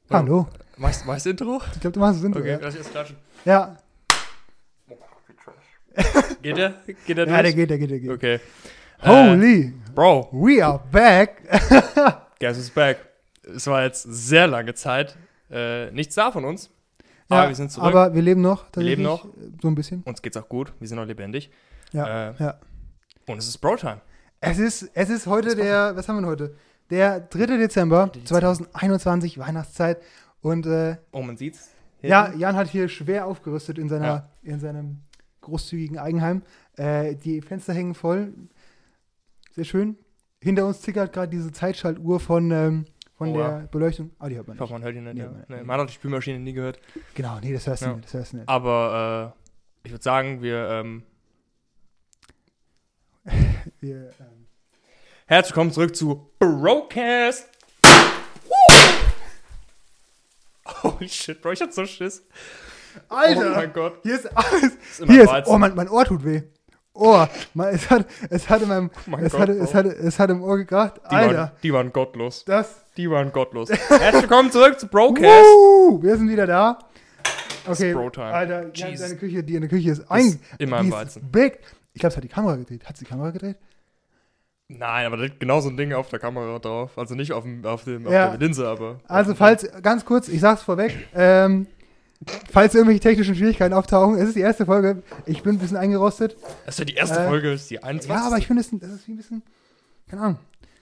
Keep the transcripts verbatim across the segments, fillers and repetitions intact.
Hallo. Machst du das Intro? Ich glaube, du machst das Intro. Okay, Ja. lass ich jetzt klatschen. Ja. Geht der? Geht der durch? Ja, der geht, der geht, der geht. Okay. Holy. Äh, Bro, We are back. guess is back. Es war jetzt sehr lange Zeit. Äh, nichts da von uns. Ja, aber wir sind zurück. Aber wir leben noch. Wir leben noch. So ein bisschen. Uns geht's auch gut. Wir sind noch lebendig. Ja, Äh, ja. Und es ist Bro-Time. Es ist, es ist heute der, was haben wir denn heute? Der dritte Dezember zweitausendeinundzwanzig, Weihnachtszeit. Und äh, Oh, man sieht's. ja, Jan hat hier schwer aufgerüstet in, seiner, Ja. in seinem großzügigen Eigenheim. Äh, die Fenster hängen voll. Sehr schön. Hinter uns tickert gerade diese Zeitschaltuhr von, ähm, von Oh, der ja. Beleuchtung. Ah, die hört man Ich nicht. hoffe, man hört ihn nicht. Nee, Ja. man- Nee, nee. man hat die Spülmaschine nie gehört. Genau, nee, das hörst du Ja. nicht. Das hörst du nicht. Aber äh, ich würde sagen, wir ähm, Wir, ähm, herzlich willkommen zurück zu Brocast. Holy shit, Bro, ich hab so Schiss. Alter! Oh mein Gott. Hier ist alles. Ist immer Hier ist, Weizen. oh, mein, mein Ohr tut weh. Oh, mein, es, hat, es hat in meinem, Oh mein es, Gott, hatte, Bro. es, hatte, es hat im Ohr gekracht. Die Alter, waren, die waren gottlos. das. Die waren gottlos. Herzlich willkommen zurück zu Brocast. Woo, wir sind wieder da. Okay, Bro-Time. Alter, ja, Jesus. deine Küche, die in der Küche ist ein, immer die im ist Weizen. big. Ich glaube, es hat die Kamera gedreht. Hat sie die Kamera gedreht? Nein, aber da liegt genau so ein Ding auf der Kamera drauf. Also nicht auf, dem, auf, dem, auf Ja. der Linse, aber. Also, falls, ganz kurz, ich sag's vorweg, ähm, falls irgendwelche technischen Schwierigkeiten auftauchen, es ist die erste Folge. Ich bin ein bisschen eingerostet. Das ist ja die erste Äh, Folge, das ist die einundzwanzigste. Ja, aber ich finde, es das ist wie ein bisschen, keine Ahnung.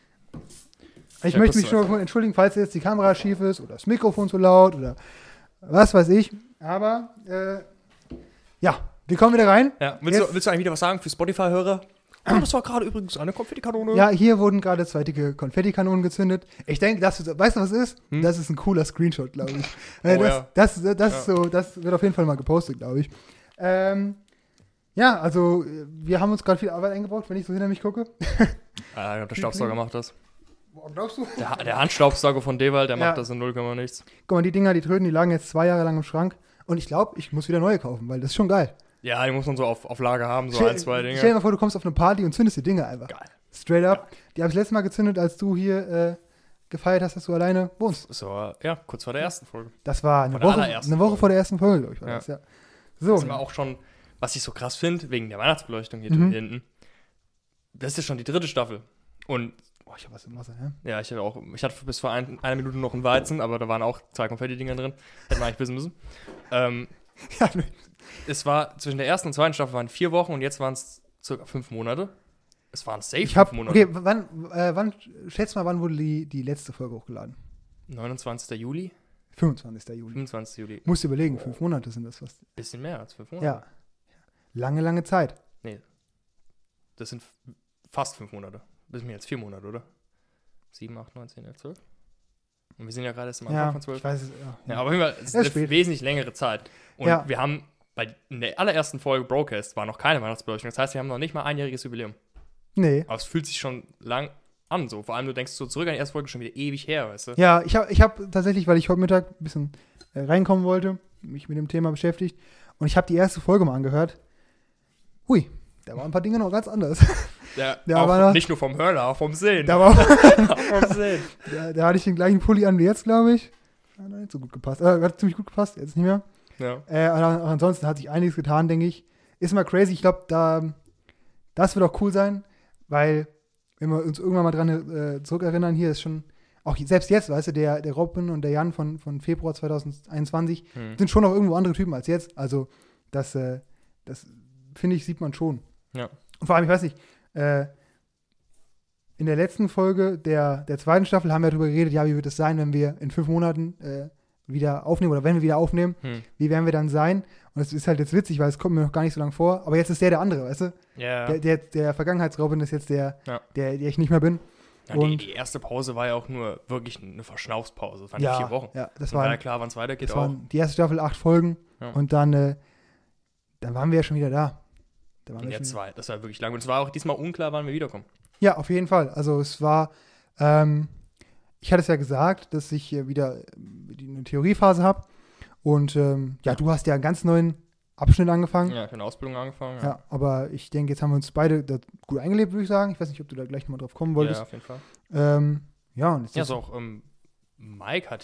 Ich Ja, möchte kurz mich schon mal entschuldigen, falls jetzt die Kamera schief ist oder das Mikrofon zu laut oder was weiß ich. Aber, äh, ja, wir kommen wieder rein. Ja, willst, Jetzt- du, willst du eigentlich wieder was sagen für Spotify-Hörer? Oh, das war gerade übrigens eine Konfettikanone. Ja, hier wurden gerade zwei dicke Konfettikanonen gezündet. Ich denke, das ist, weißt du, was es ist? Hm? Das ist ein cooler Screenshot, glaube ich. Oh, Äh, das, ja. das, das, das ist Ja. so, das wird auf jeden Fall mal gepostet, glaube ich. Ähm, ja, also, äh, wir haben uns gerade viel Arbeit eingebrockt, wenn ich so hinter mich gucke. Ah, ich glaub, der Staubsauger macht das. Boah, glaubst du? Der, der Handstaubsauger von Dewald, der Ja. macht das in null Komma nichts. Guck mal, die Dinger, die Tröten, die lagen jetzt zwei Jahre lang im Schrank. Und ich glaube, ich muss wieder neue kaufen, weil das ist schon geil. Ja, die muss man so auf, auf Lager haben, so Stell- ein, zwei Dinge. Stell dir mal vor, du kommst auf eine Party und zündest die Dinge einfach. Geil. Straight up. Die habe ich letztes Mal gezündet, als du hier äh, gefeiert hast, dass du alleine wohnst. So, ja, kurz vor der ersten Folge. Das war eine Vor der Woche, allerersten eine Woche Folge. vor der ersten Folge, glaube ich, war Ja. das, ja. Das So. sind wir auch schon, was ich so krass finde, wegen der Weihnachtsbeleuchtung hier Mhm. hinten. Das ist ja schon die dritte Staffel. Und Oh, ich habe was im Wasser, ja? ja, ich hatte auch, ich hatte bis vor ein, einer Minute noch einen Weizen, aber da waren auch zwei Konfetti-Dinger drin. Hätten wir eigentlich wissen müssen. Ähm, Ja, ne. es war, zwischen der ersten und zweiten Staffel waren vier Wochen und jetzt waren es circa fünf Monate. Es waren safe Ich hab, fünf Monate. okay, wann, äh, wann, schätz mal, wann wurde die, die letzte Folge hochgeladen? neunundzwanzigster Juli, fünfundzwanzigster Juli. fünfundzwanzigster Juli. Musst du überlegen, fünf Monate sind das fast. Bisschen mehr als fünf Monate. Ja. Lange, lange Zeit. Das sind f- fast fünf Monate. Das sind jetzt vier Monate, oder? Sieben, acht, neun, zehn, elf, zwölf. Und wir sind ja gerade erst am Anfang Ja, von zwölf. ich weiß es. Ja. Ja, aber auf jeden Fall, es ist Ja, eine spät. wesentlich längere Zeit. Und Ja. wir haben bei in der allerersten Folge Brocast war noch keine Weihnachtsbeleuchtung. Das heißt, wir haben noch nicht mal einjähriges Jubiläum. Nee. Aber es fühlt sich schon lang an, so. Vor allem, du denkst so zurück an die erste Folge schon wieder ewig her, weißt du? Ja, ich habe ich hab tatsächlich, weil ich heute Mittag ein bisschen äh, reinkommen wollte, mich mit dem Thema beschäftigt und ich habe die erste Folge mal angehört. Hui, da waren ein paar Dinge noch ganz anders. Ja, Ja, auch aber noch- nicht nur vom Hören, auch vom Sehen. Da, war, Auch vom Sehen. da, da hatte ich den gleichen Pulli an wie jetzt, glaube ich. Hat nicht so gut gepasst. Äh, hat ziemlich gut gepasst, jetzt nicht mehr. Ja. Äh, aber auch ansonsten hat sich einiges getan, denke ich. Ist mal crazy. Ich glaube, da, das wird auch cool sein, weil, wenn wir uns irgendwann mal dran äh, zurückerinnern, hier ist schon, auch selbst jetzt, weißt du, der, der Robin und der Jan von, von Februar zweitausendeinundzwanzig Hm. sind schon noch irgendwo andere Typen als jetzt. Also, das, äh, das finde ich, sieht man schon. Ja. Und vor allem, ich weiß nicht, äh, in der letzten Folge der, der zweiten Staffel haben wir darüber geredet, ja, wie wird es sein, wenn wir in fünf Monaten äh, wieder aufnehmen oder wenn wir wieder aufnehmen, Hm. wie werden wir dann sein? Und das ist halt jetzt witzig, weil es kommt mir noch gar nicht so lange vor, aber jetzt ist der der andere, weißt du? Ja. Der, der, der Vergangenheitsrobin ist jetzt der, Ja. der, der ich nicht mehr bin. Ja, die, und- die erste Pause war ja auch nur wirklich eine Verschnaufspause. Das waren ja, vier Wochen. ja, das Und war ja waren, klar, wann es weitergeht das auch. waren die erste Staffel, acht Folgen Ja. und dann, äh, dann waren wir ja schon wieder da. Da waren Und wir jetzt schon, zwei. Das war wirklich lang. Und es war auch diesmal unklar, wann wir wiederkommen. ja, auf jeden Fall. Also es war, ähm, ich hatte es ja gesagt, dass ich äh, wieder äh, eine Theoriephase habe und ähm, ja, du hast ja einen ganz neuen Abschnitt angefangen. Ja, ich habe eine Ausbildung angefangen. Ja, aber ich denke, jetzt haben wir uns beide da gut eingelebt, würde ich sagen. Ich weiß nicht, ob du da gleich nochmal drauf kommen ja, wolltest. auf jeden Fall. Ähm, ja, und jetzt Ja, ist so auch ähm, Mike hat ja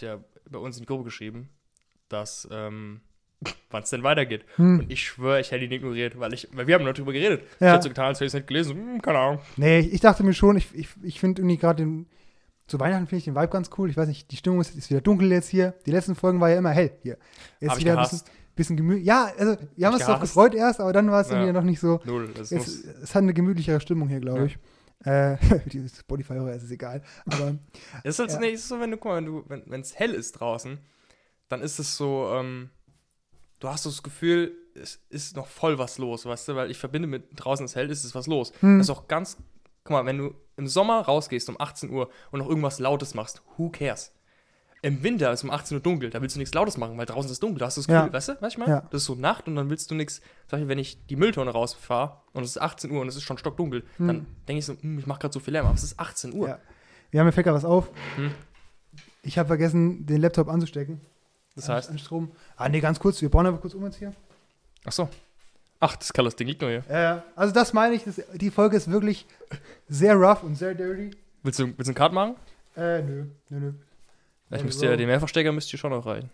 bei uns in die Gruppe geschrieben, dass, ähm, wann es denn weitergeht. Hm. Und ich schwöre, ich hätte ihn ignoriert, weil ich, weil wir haben noch drüber geredet. Ja. Ich hätte so getan, als hätte ich es nicht gelesen. Hm, keine Ahnung. Nee, ich dachte mir schon, ich, ich, ich finde irgendwie gerade den, zu Weihnachten finde ich den Vibe ganz cool. Ich weiß nicht, die Stimmung ist, ist wieder dunkel jetzt hier. Die letzten Folgen war ja immer hell hier. Jetzt Hab ich wieder ein gehasst. bisschen, bisschen gemütlich. Ja, also wir haben Hab ich uns drauf gehasst. gefreut erst, aber dann war es Ja. irgendwie noch nicht so. Null. Das Jetzt, muss, es hat eine gemütlichere Stimmung hier, glaube Ja. ich. Äh, die Spotify-Hörer ist es egal. Aber es ist halt Ja. so, nee, es ist so, wenn du, guck mal, wenn du, wenn es hell ist draußen, dann ist es so, ähm, du hast so das Gefühl, es ist noch voll was los, weißt du, weil ich verbinde mit draußen ist hell, ist es was los. Hm. Das ist auch ganz, guck mal, wenn du im Sommer rausgehst um achtzehn Uhr und noch irgendwas Lautes machst, who cares? Im Winter ist um achtzehn Uhr dunkel, da willst du nichts Lautes machen, weil draußen ist es dunkel, da hast du das Gefühl, Ja. weißt du, was ich meine? Ja. Das ist so Nacht und dann willst du nichts, zum Beispiel, wenn ich die Mülltonne rausfahre und es ist achtzehn Uhr und es ist schon stockdunkel, Hm. dann denke ich so, hm, ich mache gerade so viel Lärm, aber es ist achtzehn Uhr. ja. Wir haben mir fällt gerade was auf. Hm. Ich habe vergessen, den Laptop anzustecken. Das An- heißt, An Strom. Ah, nee, ganz kurz. Wir bauen aber kurz um jetzt hier. ach so. Ach, das Colors Ding liegt nur hier. Äh, also das meine ich, das, die Folge ist wirklich sehr rough und sehr dirty. Willst du, willst du einen Card machen? Äh, nö, nö, nö. Ich müsste ja, den Mehrfachstecker müsste ich schon noch rein.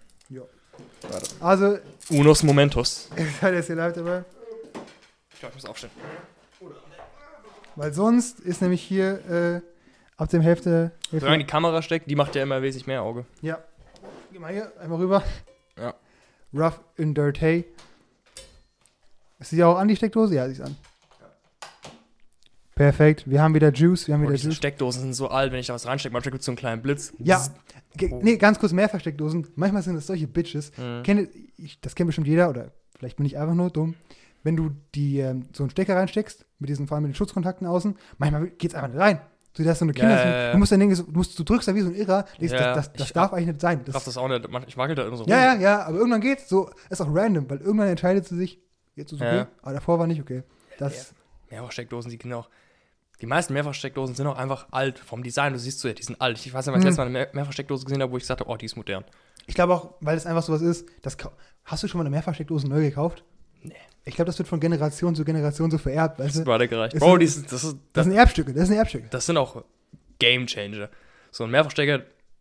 Also, Unos Momentos. ich seid jetzt hier live dabei. Ich glaube, ich muss aufstehen. Weil sonst ist nämlich hier äh, ab dem Hälfte. Hälfte Solange die Kamera steckt, die macht ja immer wesentlich mehr Auge. ja. Geh mal hier, einmal rüber. Ja. Rough in Dirty. Ist die auch an, die Steckdose? Ja, sie ist an. Perfekt. Wir haben wieder Juice. Wir haben Oh, wieder diese Juice. Steckdosen sind so alt, wenn ich da was reinstecke. Manchmal gibt es so einen kleinen Blitz. Ja. Bzzz. Ge- Oh. Nee, ganz kurz Mehrfachsteckdosen. Manchmal sind das solche Bitches. Mhm. Kennt, ich, das kennt bestimmt jeder, oder vielleicht bin ich einfach nur dumm. Wenn du die, ähm, so einen Stecker reinsteckst, mit diesen, vor allem mit den Schutzkontakten außen, manchmal geht's einfach nicht rein. So, das ist so eine Kinder. Ja, ja, ja. Du musst dann denken, so, du, musst, du drückst da wie so ein Irrer, denkst, Ja, das, das, das ich- darf eigentlich nicht sein. Ich raff Das, das auch nicht. Man- Ich wackel da immer so ja, rum. ja, ja, aber irgendwann geht's. So, ist auch random, weil irgendwann entscheidet sie sich, jetzt ist okay, Ja. aber davor war nicht okay. Das, Mehrfachsteckdosen, die sind auch. Die meisten Mehrfachsteckdosen sind auch einfach alt vom Design. Du siehst so, ja, die sind alt. Ich weiß nicht, wann ich Mhm. das letzte Mal eine Mehr- Mehrfachsteckdose gesehen habe, wo ich gesagt habe, oh, die ist modern. Ich glaube auch, weil es einfach sowas ist, das, kau- hast du schon mal eine Mehrfachsteckdose neu gekauft? Nee. Ich glaube, das wird von Generation zu Generation so vererbt, weißt Das du? war der gereicht. ist Bro, ein- die ist, das, ist, Das das, sind Erbstücke, das sind Erbstücke. das sind auch Game Changer. So ein Mehrfachstecker,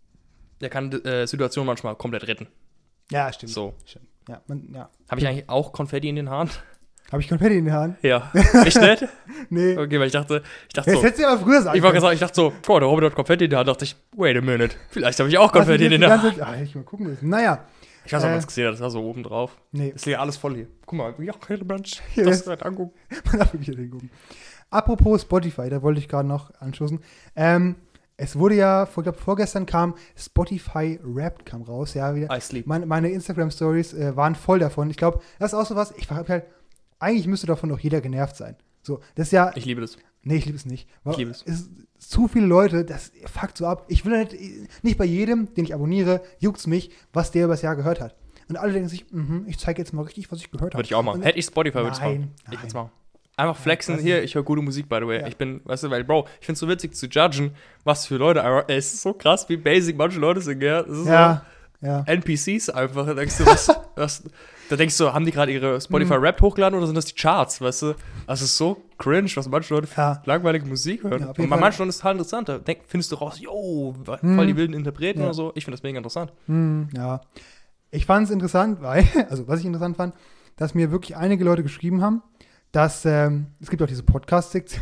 der kann äh, Situationen manchmal komplett retten. Ja, stimmt. So. Stimmt. Ja, man, ja. Habe ich eigentlich auch Konfetti in den Haaren? Habe ich Konfetti in den Haaren? Ja. Echt nicht? Nee. Okay, weil ich dachte, ich dachte Das so. hättest du ja aber früher sagen Ich wollte können. sagen, ich dachte so, boah, der Robert hat Konfetti in der Hand, dachte ich, wait a minute, vielleicht habe ich auch Was Konfetti ich in jetzt der die Hand. ganze Zeit- Ah, hätte ich mal gucken müssen. Naja, Ich weiß auch, Äh. was gesehen hat, das war so oben drauf. nee, Es liegt alles voll hier. Guck mal, ja, keine Mensch, Hier das ist- gerade angucken. man darf wirklich hingucken. Apropos Spotify, da wollte ich gerade noch anstoßen. Ähm, es wurde ja, vor, ich glaube, vorgestern kam Spotify Wrapped kam raus, ja, wieder. I sleep. Meine, meine Instagram-Stories äh, waren voll davon. Ich glaube, das ist auch so was, ich frage halt, eigentlich müsste davon doch jeder genervt sein. So, das ist ja, Ich liebe das. nee, ich liebe es nicht. Ich liebe es. ist zu viele Leute, das fuckt so ab. Ich will nicht, nicht bei jedem, den ich abonniere, juckt's mich, was der übers Jahr gehört hat. Und alle denken sich, mhm, ich zeige jetzt mal richtig, was ich gehört habe. Würde ich auch machen. Und- Hätte ich Spotify, würde ich Nein, machen. Ich nein. würde es machen. Einfach flexen, das hier, ist- ich höre gute Musik, by the way. Ja. Ich bin, weißt du, weil, Bro, ich finde es so witzig zu judgen, was für Leute, einfach- ey, es ist so krass, wie basic manche Leute sind, gell? Das ist Ja, ja. so N P Cs einfach. Da denkst du, was, was, da denkst du, haben die gerade ihre Spotify Rap hochgeladen oder sind das die Charts, weißt du? Das ist so cringe, was manche Leute für Ja. langweilige Musik hören. Ja, auf Und jeden bei Fall. manchen Leuten ist es total interessant. Da denk, findest du raus, yo, voll Hm. die wilden Interpreten Ja. oder so. Ich finde das mega interessant. Hm, ja. Ich fand es interessant, weil, also was ich interessant fand, dass mir wirklich einige Leute geschrieben haben, dass, ähm, es gibt auch diese Podcast-Sektion,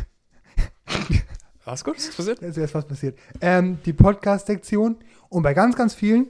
Was gut, ist das passiert? da ist jetzt was passiert, ähm, die Podcast-Sektion und bei ganz, ganz vielen,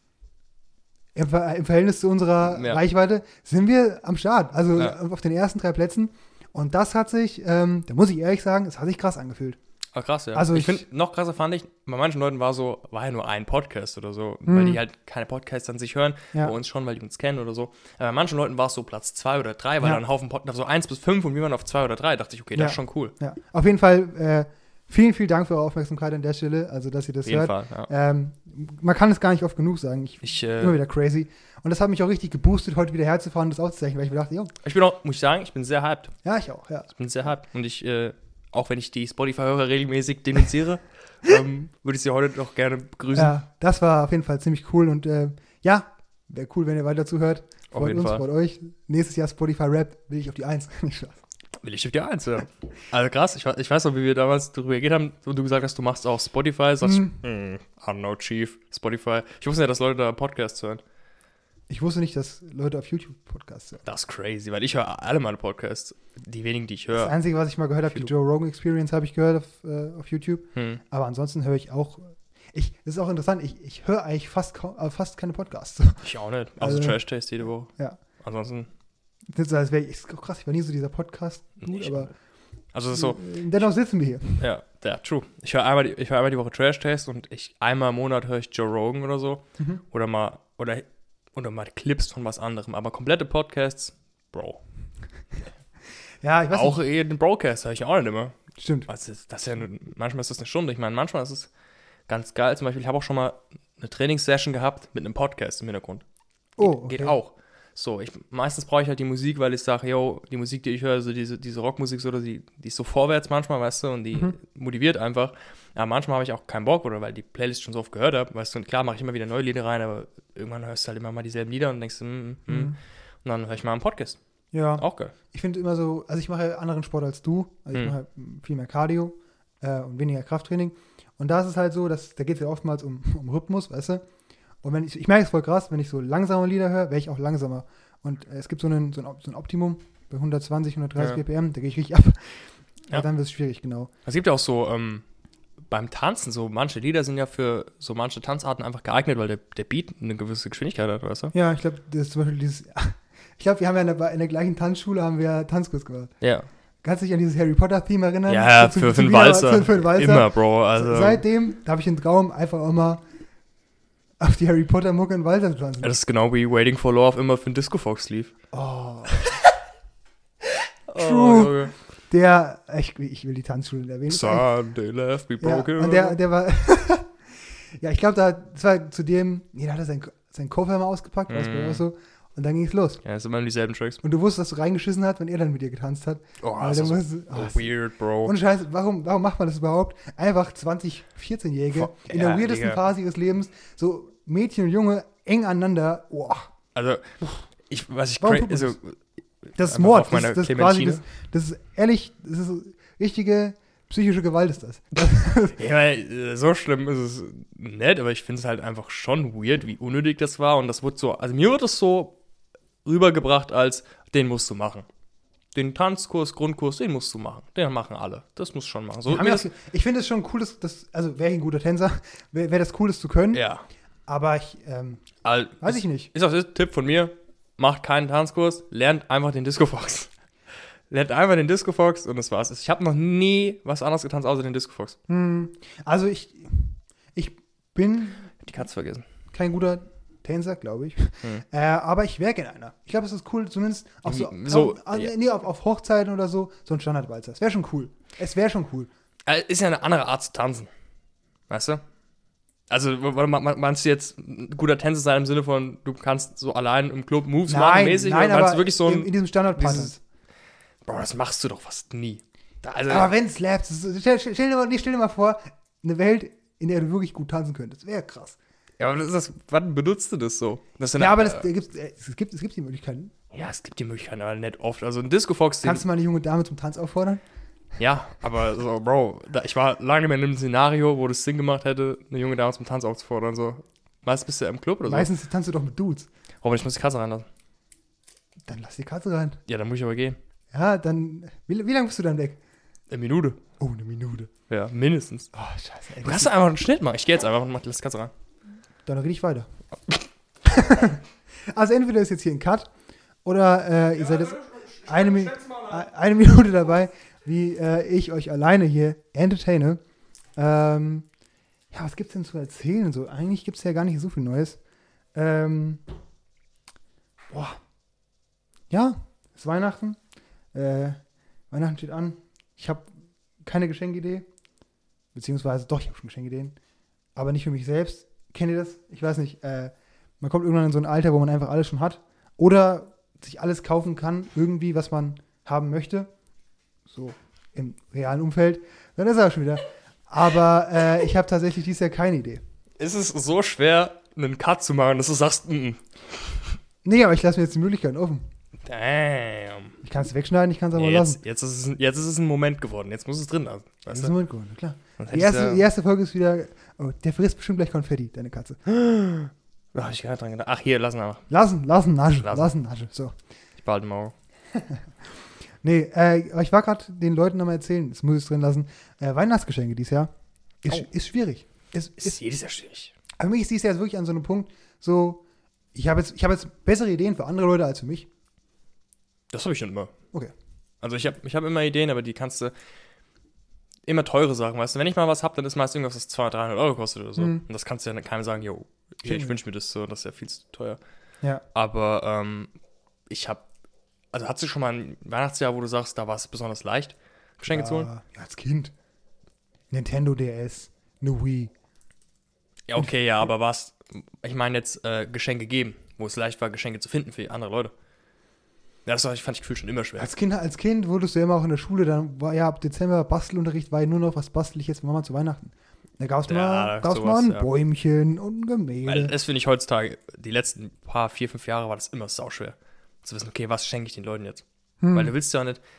im, Ver im Verhältnis zu unserer Ja. Reichweite, sind wir am Start, also Ja. auf den ersten drei Plätzen und das hat sich, ähm, da muss ich ehrlich sagen, es hat sich krass angefühlt. Ah, krass, ja. Also ich ich- finde, noch krasser fand ich, bei manchen Leuten war so, war ja nur ein Podcast oder so, Hm. weil die halt keine Podcasts an sich hören, Ja. bei uns schon, weil die uns kennen oder so. Aber bei manchen Leuten war es so Platz zwei oder drei, weil Ja. da ein Haufen Podcasts, so eins bis fünf und wir waren auf zwei oder drei, dachte ich, okay, das Ja. ist schon cool. Ja, auf jeden Fall, äh, vielen, vielen Dank für eure Aufmerksamkeit an der Stelle, also dass ihr das Auf jeden hört. Fall, ja. Ähm, man kann es gar nicht oft genug sagen. Ich Ich, immer äh, wieder crazy. Und das hat mich auch richtig geboostet, heute wieder herzufahren und das aufzuzeichnen, weil ich mir dachte, jo, ich bin auch, muss ich sagen, ich bin sehr hyped. ja, ich auch, ja. Ich bin sehr hyped. Und ich, äh, auch wenn ich die Spotify-Hörer regelmäßig denunziere, ähm, würde ich sie heute noch gerne begrüßen. Ja, das war auf jeden Fall ziemlich cool und äh, ja, wäre cool, wenn ihr weiter zuhört. Auf Freut jeden uns, Fall. freut euch. Nächstes Jahr Spotify Rap will ich auf die Eins. Nicht Spaß. Belichtet die eins, ja. Also krass, ich, ich weiß noch, wie wir damals darüber geredet haben, und du gesagt hast, du machst auch Spotify, sagst, Mhm. hm, I don't know, Chief, Spotify. Ich wusste ja, dass Leute da Podcasts hören. Ich wusste nicht, dass Leute auf YouTube Podcasts hören. Das ist crazy, weil ich höre alle meine Podcasts, die wenigen, die ich Das höre. Einzige, was ich mal gehört habe, die Joe Rogan Experience habe ich gehört auf, äh, auf YouTube. Hm. Aber ansonsten höre ich auch, ich, das ist auch interessant, ich, ich höre eigentlich fast, kaum, äh, fast keine Podcasts. Ich auch nicht. Also, Also- Trash Taste jede Woche. Ja. Ansonsten Das ist, als wäre ich, ist auch krass, ich war nie so dieser Podcast. nicht. aber Also, es ist so, äh, dennoch sitzen wir hier. ja, ja, true. Ich höre einmal, die- ich höre einmal die Woche Trash Taste und ich einmal im Monat höre ich Joe Rogan oder so. Mhm. Oder mal, oder, oder mal Clips von was anderem. Aber komplette Podcasts, Bro. Ja, ich weiß Auch eh den Broadcast höre ich auch nicht immer. nicht. Stimmt. Also das ist ja nur, manchmal ist das eine Stunde. Ich meine, manchmal ist es ganz geil. Zum Beispiel, ich habe auch schon mal eine Trainingssession gehabt mit einem Podcast im Hintergrund. Oh, okay. Geht auch. So, ich, meistens brauche ich halt die Musik, weil ich sage, yo, die Musik, die ich höre, so diese, diese Rockmusik, so, die, die ist so vorwärts manchmal, weißt du, und die Mhm. motiviert einfach. Aber manchmal habe ich auch keinen Bock, oder weil die Playlist schon so oft gehört habe, weißt du, und klar mache ich immer wieder neue Lieder rein, aber irgendwann hörst du halt immer mal dieselben Lieder und denkst, hm, hm, hm. Mhm. Und dann höre ich mal einen Podcast. Ja, Auch geil. ich finde immer so, also ich mache anderen Sport als du. Also ich Mhm. mache halt viel mehr Cardio äh, und weniger Krafttraining. Und da ist es halt so, dass da geht es ja oftmals um, um Rhythmus, weißt du. Und wenn ich, ich merke es voll krass, wenn ich so langsame Lieder höre, werde ich auch langsamer. Und äh, es gibt so, einen, so, ein, so ein Optimum bei hundertzwanzig, hundertdreißig Ja. B P M, da gehe ich richtig ab. Ja. Aber dann wird es schwierig, genau. Es gibt ja auch so, ähm, beim Tanzen, so manche Lieder sind ja für so manche Tanzarten einfach geeignet, weil der, der Beat eine gewisse Geschwindigkeit hat, weißt du? Ja, ich glaube, das ist zum Beispiel dieses, ich glaube, wir haben ja in der, in der gleichen Tanzschule haben wir Tanzkurs gemacht. Ja. Kannst du dich an dieses Harry Potter-Theme erinnern? Ja, Zu- für, zu- für den wieder- Walzer. Für, für den Walzer. Immer, Bro. Also, Seitdem, da habe ich den Traum, einfach auch mal auf die Harry Potter-Mucke in Walzer zu tanzen. das ist genau wie Waiting for Love immer für den Disco Fox lief. Oh, Oh, Junge. der, ich, ich will die Tanzschule erwähnen. Sunday left me Ja, broken. und der, der war, ja, ich glaube, da, das war zu dem, nee, da hat er sein, sein Koffer mal ausgepackt, war es bei Mhm. dir auch so, und dann ging es los. Ja, das sind immer dieselben Tracks. Und du wusstest, dass du reingeschissen hast, wenn er dann mit dir getanzt hat. Oh, Aber das dann ist so, musst du- oh, so weird, Bro. Und Scheiße, warum, warum macht man das überhaupt? Einfach zwanzig-, vierzehn-Jährige Voll- in ja, der weirdesten Digga. Phase ihres Lebens, so Mädchen und Junge eng aneinander. Boah, Also, ich, was ich Warum cra- tut man also, das ist Einfach Mord. auf Das, meiner das, ist quasi, das, Clementine. das ist ehrlich, das ist so richtige psychische Gewalt ist das. ja, weil, äh, so schlimm ist es nicht, aber ich finde es halt einfach schon weird, wie unnötig das war. Und das wurde so, also mir wird es so rübergebracht als, den musst du machen. Den Tanzkurs, Grundkurs, den musst du machen. Den machen alle. Das musst du schon machen. So, Wir haben wie ja das, das, ich finde es schon cool, dass, dass also wäre ich ein guter Tänzer, wäre wär das cool, das zu können. ja. Aber ich, ähm, All, weiß ist, ich nicht. Ist auch der Tipp von mir, macht keinen Tanzkurs, lernt einfach den Disco Fox. lernt einfach den Disco Fox und das war's. Ich habe noch nie was anderes getanzt, außer den Disco Fox. Hm, also ich, ich bin Ich hab die Katze vergessen. kein guter Tänzer, glaube ich. Hm. Äh, aber ich wäre gerne einer. Ich glaube, es ist cool, zumindest auf so, So, auf, also, ja. nee, auf, auf Hochzeiten oder so, so ein Standardwalzer. Es wäre schon cool. Es wäre schon cool. Äh, Ist ja eine andere Art zu tanzen. Weißt du? Also, w- w- me- meinst du jetzt ein guter Tänzer sein im Sinne von, du kannst so allein im Club Moves machen Nein, mäßig? nein, oder meinst aber du wirklich so in, ein. in diesem Standardpartner. dieses- Bro, das machst du doch fast nie. Da, also, Aber wenn es läppt, stell, stell, stell, dir mal, nee, stell dir mal vor, eine Welt, in der du wirklich gut tanzen könntest. Wäre krass. ja, aber das ist das, wann benutzt du das so? Das ist eine, Ja, aber das, äh, da gibt's, äh, es, gibt, es gibt die Möglichkeiten. ja, es gibt die Möglichkeit, aber nicht oft. Also, ein Disco Fox, den, Kannst du mal eine junge Dame zum Tanz auffordern? ja, aber so, Bro, da, ich war lange nicht mehr in einem Szenario, wo das Sinn gemacht hätte, eine junge Dame zum Tanz aufzufordern. So. Meist bist du im Club oder so. Meistens tanzt du doch mit Dudes. Robert, ich muss die Katze reinlassen. Dann lass die Katze rein. Ja, dann muss ich aber gehen. Ja, dann, wie, wie lange bist du dann weg? Eine Minute. Oh, eine Minute. Ja, mindestens. Oh, scheiße. Ey, Du kannst doch einfach einen Schnitt machen. Ich gehe jetzt einfach und mach die Katze rein. Dann rede ich weiter. Also entweder ist jetzt hier ein Cut oder äh, ihr seid jetzt eine, Mi eine Minute dabei, wie äh, ich euch alleine hier entertaine. Ähm, ja, was gibt's denn zu erzählen? So, eigentlich gibt's ja gar nicht so viel Neues. Ähm, boah. Ja, es ist Weihnachten. Äh, Weihnachten steht an. Ich habe keine Geschenkidee. Beziehungsweise, doch, ich habe schon Geschenkideen. Aber nicht für mich selbst. Kennt ihr das? Ich weiß nicht. Äh, man kommt irgendwann in so ein Alter, wo man einfach alles schon hat. Oder sich alles kaufen kann, irgendwie, was man haben möchte. So im realen Umfeld. Dann ist er auch schon wieder. Aber äh, ich habe tatsächlich dieses Jahr keine Idee. Ist es so schwer, einen Cut zu machen, dass du sagst, mm, Nee, aber ich lasse mir jetzt die Möglichkeiten offen. damn. Ich kann es wegschneiden, ich kann es aber Nee, lassen. jetzt, jetzt, ist es, ein- jetzt ist es ein Moment geworden. Jetzt muss es drin lassen. Das Weißt ist du? ein Moment geworden, klar. Sonst Die hätte erste, ich's die erste Folge ist wieder, oh, der frisst bestimmt gleich Konfetti, deine Katze. ja, da hab ich gar nicht dran gedacht. Ach, hier, lassen wir. Lassen, lassen, Nasche, Lassen. lassen, Nasche, so. Ich behalte im Auge. Nee, äh, aber ich war gerade den Leuten nochmal erzählen, das muss ich drin lassen, äh, Weihnachtsgeschenke dieses Jahr ist, Oh. ist schwierig. Ist, Ist ist, jedes Jahr schwierig. für mich ist dieses Jahr jetzt wirklich an so einem Punkt, so, ich habe jetzt, ich hab jetzt bessere Ideen für andere Leute als für mich. Das habe ich schon immer. Okay. Also ich habe ich hab immer Ideen, aber die kannst du immer teure Sachen, weißt du. Wenn ich mal was habe, dann ist meist irgendwas, das zweihundert, dreihundert Euro kostet oder so. Mhm. Und das kannst du ja keinem sagen, yo, hier, ich Stimmt. wünsche mir das so, das ist ja viel zu teuer. Ja. Aber ähm, ich habe, also hattest du schon mal ein Weihnachtsjahr, wo du sagst, da war es besonders leicht, Geschenke zu holen? Ja, ja, als Kind. Nintendo D S, eine Wii. Ja, okay, ja, aber was, ich meine jetzt äh, Geschenke geben, wo es leicht war, Geschenke zu finden für andere Leute. Ja, das war, ich fand ich Gefühl schon immer schwer. Als Kind, als Kind wurdest du ja immer auch in der Schule, dann war ja ab Dezember Bastelunterricht, war ja nur noch, was bastel ich jetzt für Mama zu Weihnachten. Da gab es Ja, mal, gab's sowas, mal ein ja. Bäumchen und ein Weil Gemälde. das finde ich heutzutage, die letzten paar, vier, fünf Jahre war das immer sauschwer. Zu wissen, okay, was schenke ich den Leuten jetzt? Hm. Weil du willst ja auch nicht,